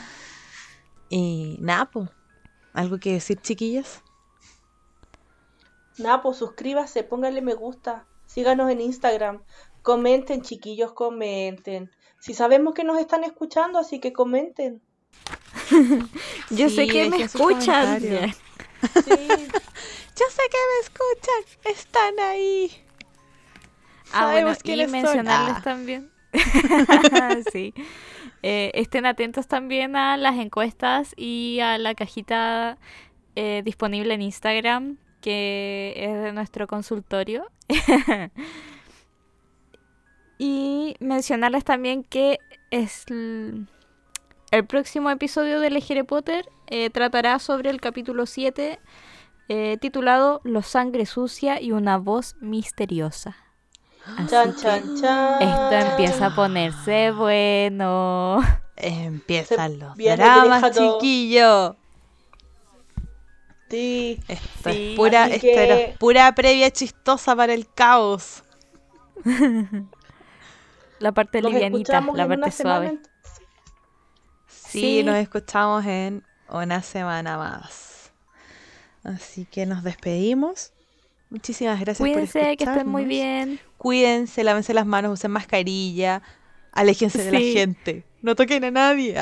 Y nada, po. ¿Algo que decir, chiquillas? Nada, pues suscríbase, pónganle me gusta. Síganos en Instagram. Comenten, chiquillos, comenten. Si sabemos que nos están escuchando, así que comenten. Yo sé Sí, que me dejen sus escuchan. comentarios. Sí. Yo sé que me escuchan, están ahí. Ah, bueno, Sabemos y quiénes son. mencionarles Ah. también. Sí. Eh, estén atentos también a las encuestas y a la cajita eh, disponible en Instagram, que es de nuestro consultorio. Y mencionarles también que es l- el próximo episodio de Harry Potter eh, tratará sobre el capítulo siete, eh, titulado Los sangre sucia y una voz misteriosa. Así Chan, que chan, chan. esto empieza a ponerse bueno. Empiezan Se los viene dramas, Grejado. chiquillo. Sí. Esto Sí. es pura, Así esto era que- pura previa chistosa para el caos. La parte Nos livianita, escuchamos la en parte una semana. suave. Sí, Sí. nos escuchamos en una semana más. Así que nos despedimos. Muchísimas gracias por Cuídense, escucharnos. que estén muy bien. Cuídense, lávense las manos, usen mascarilla, aléjense de la Sí. gente, no toquen a nadie.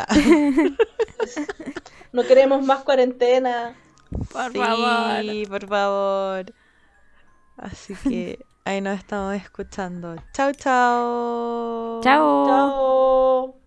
No queremos más cuarentena. Por sí, favor. por favor. Así que ahí nos estamos escuchando. Chau, chau. Chao. Chao.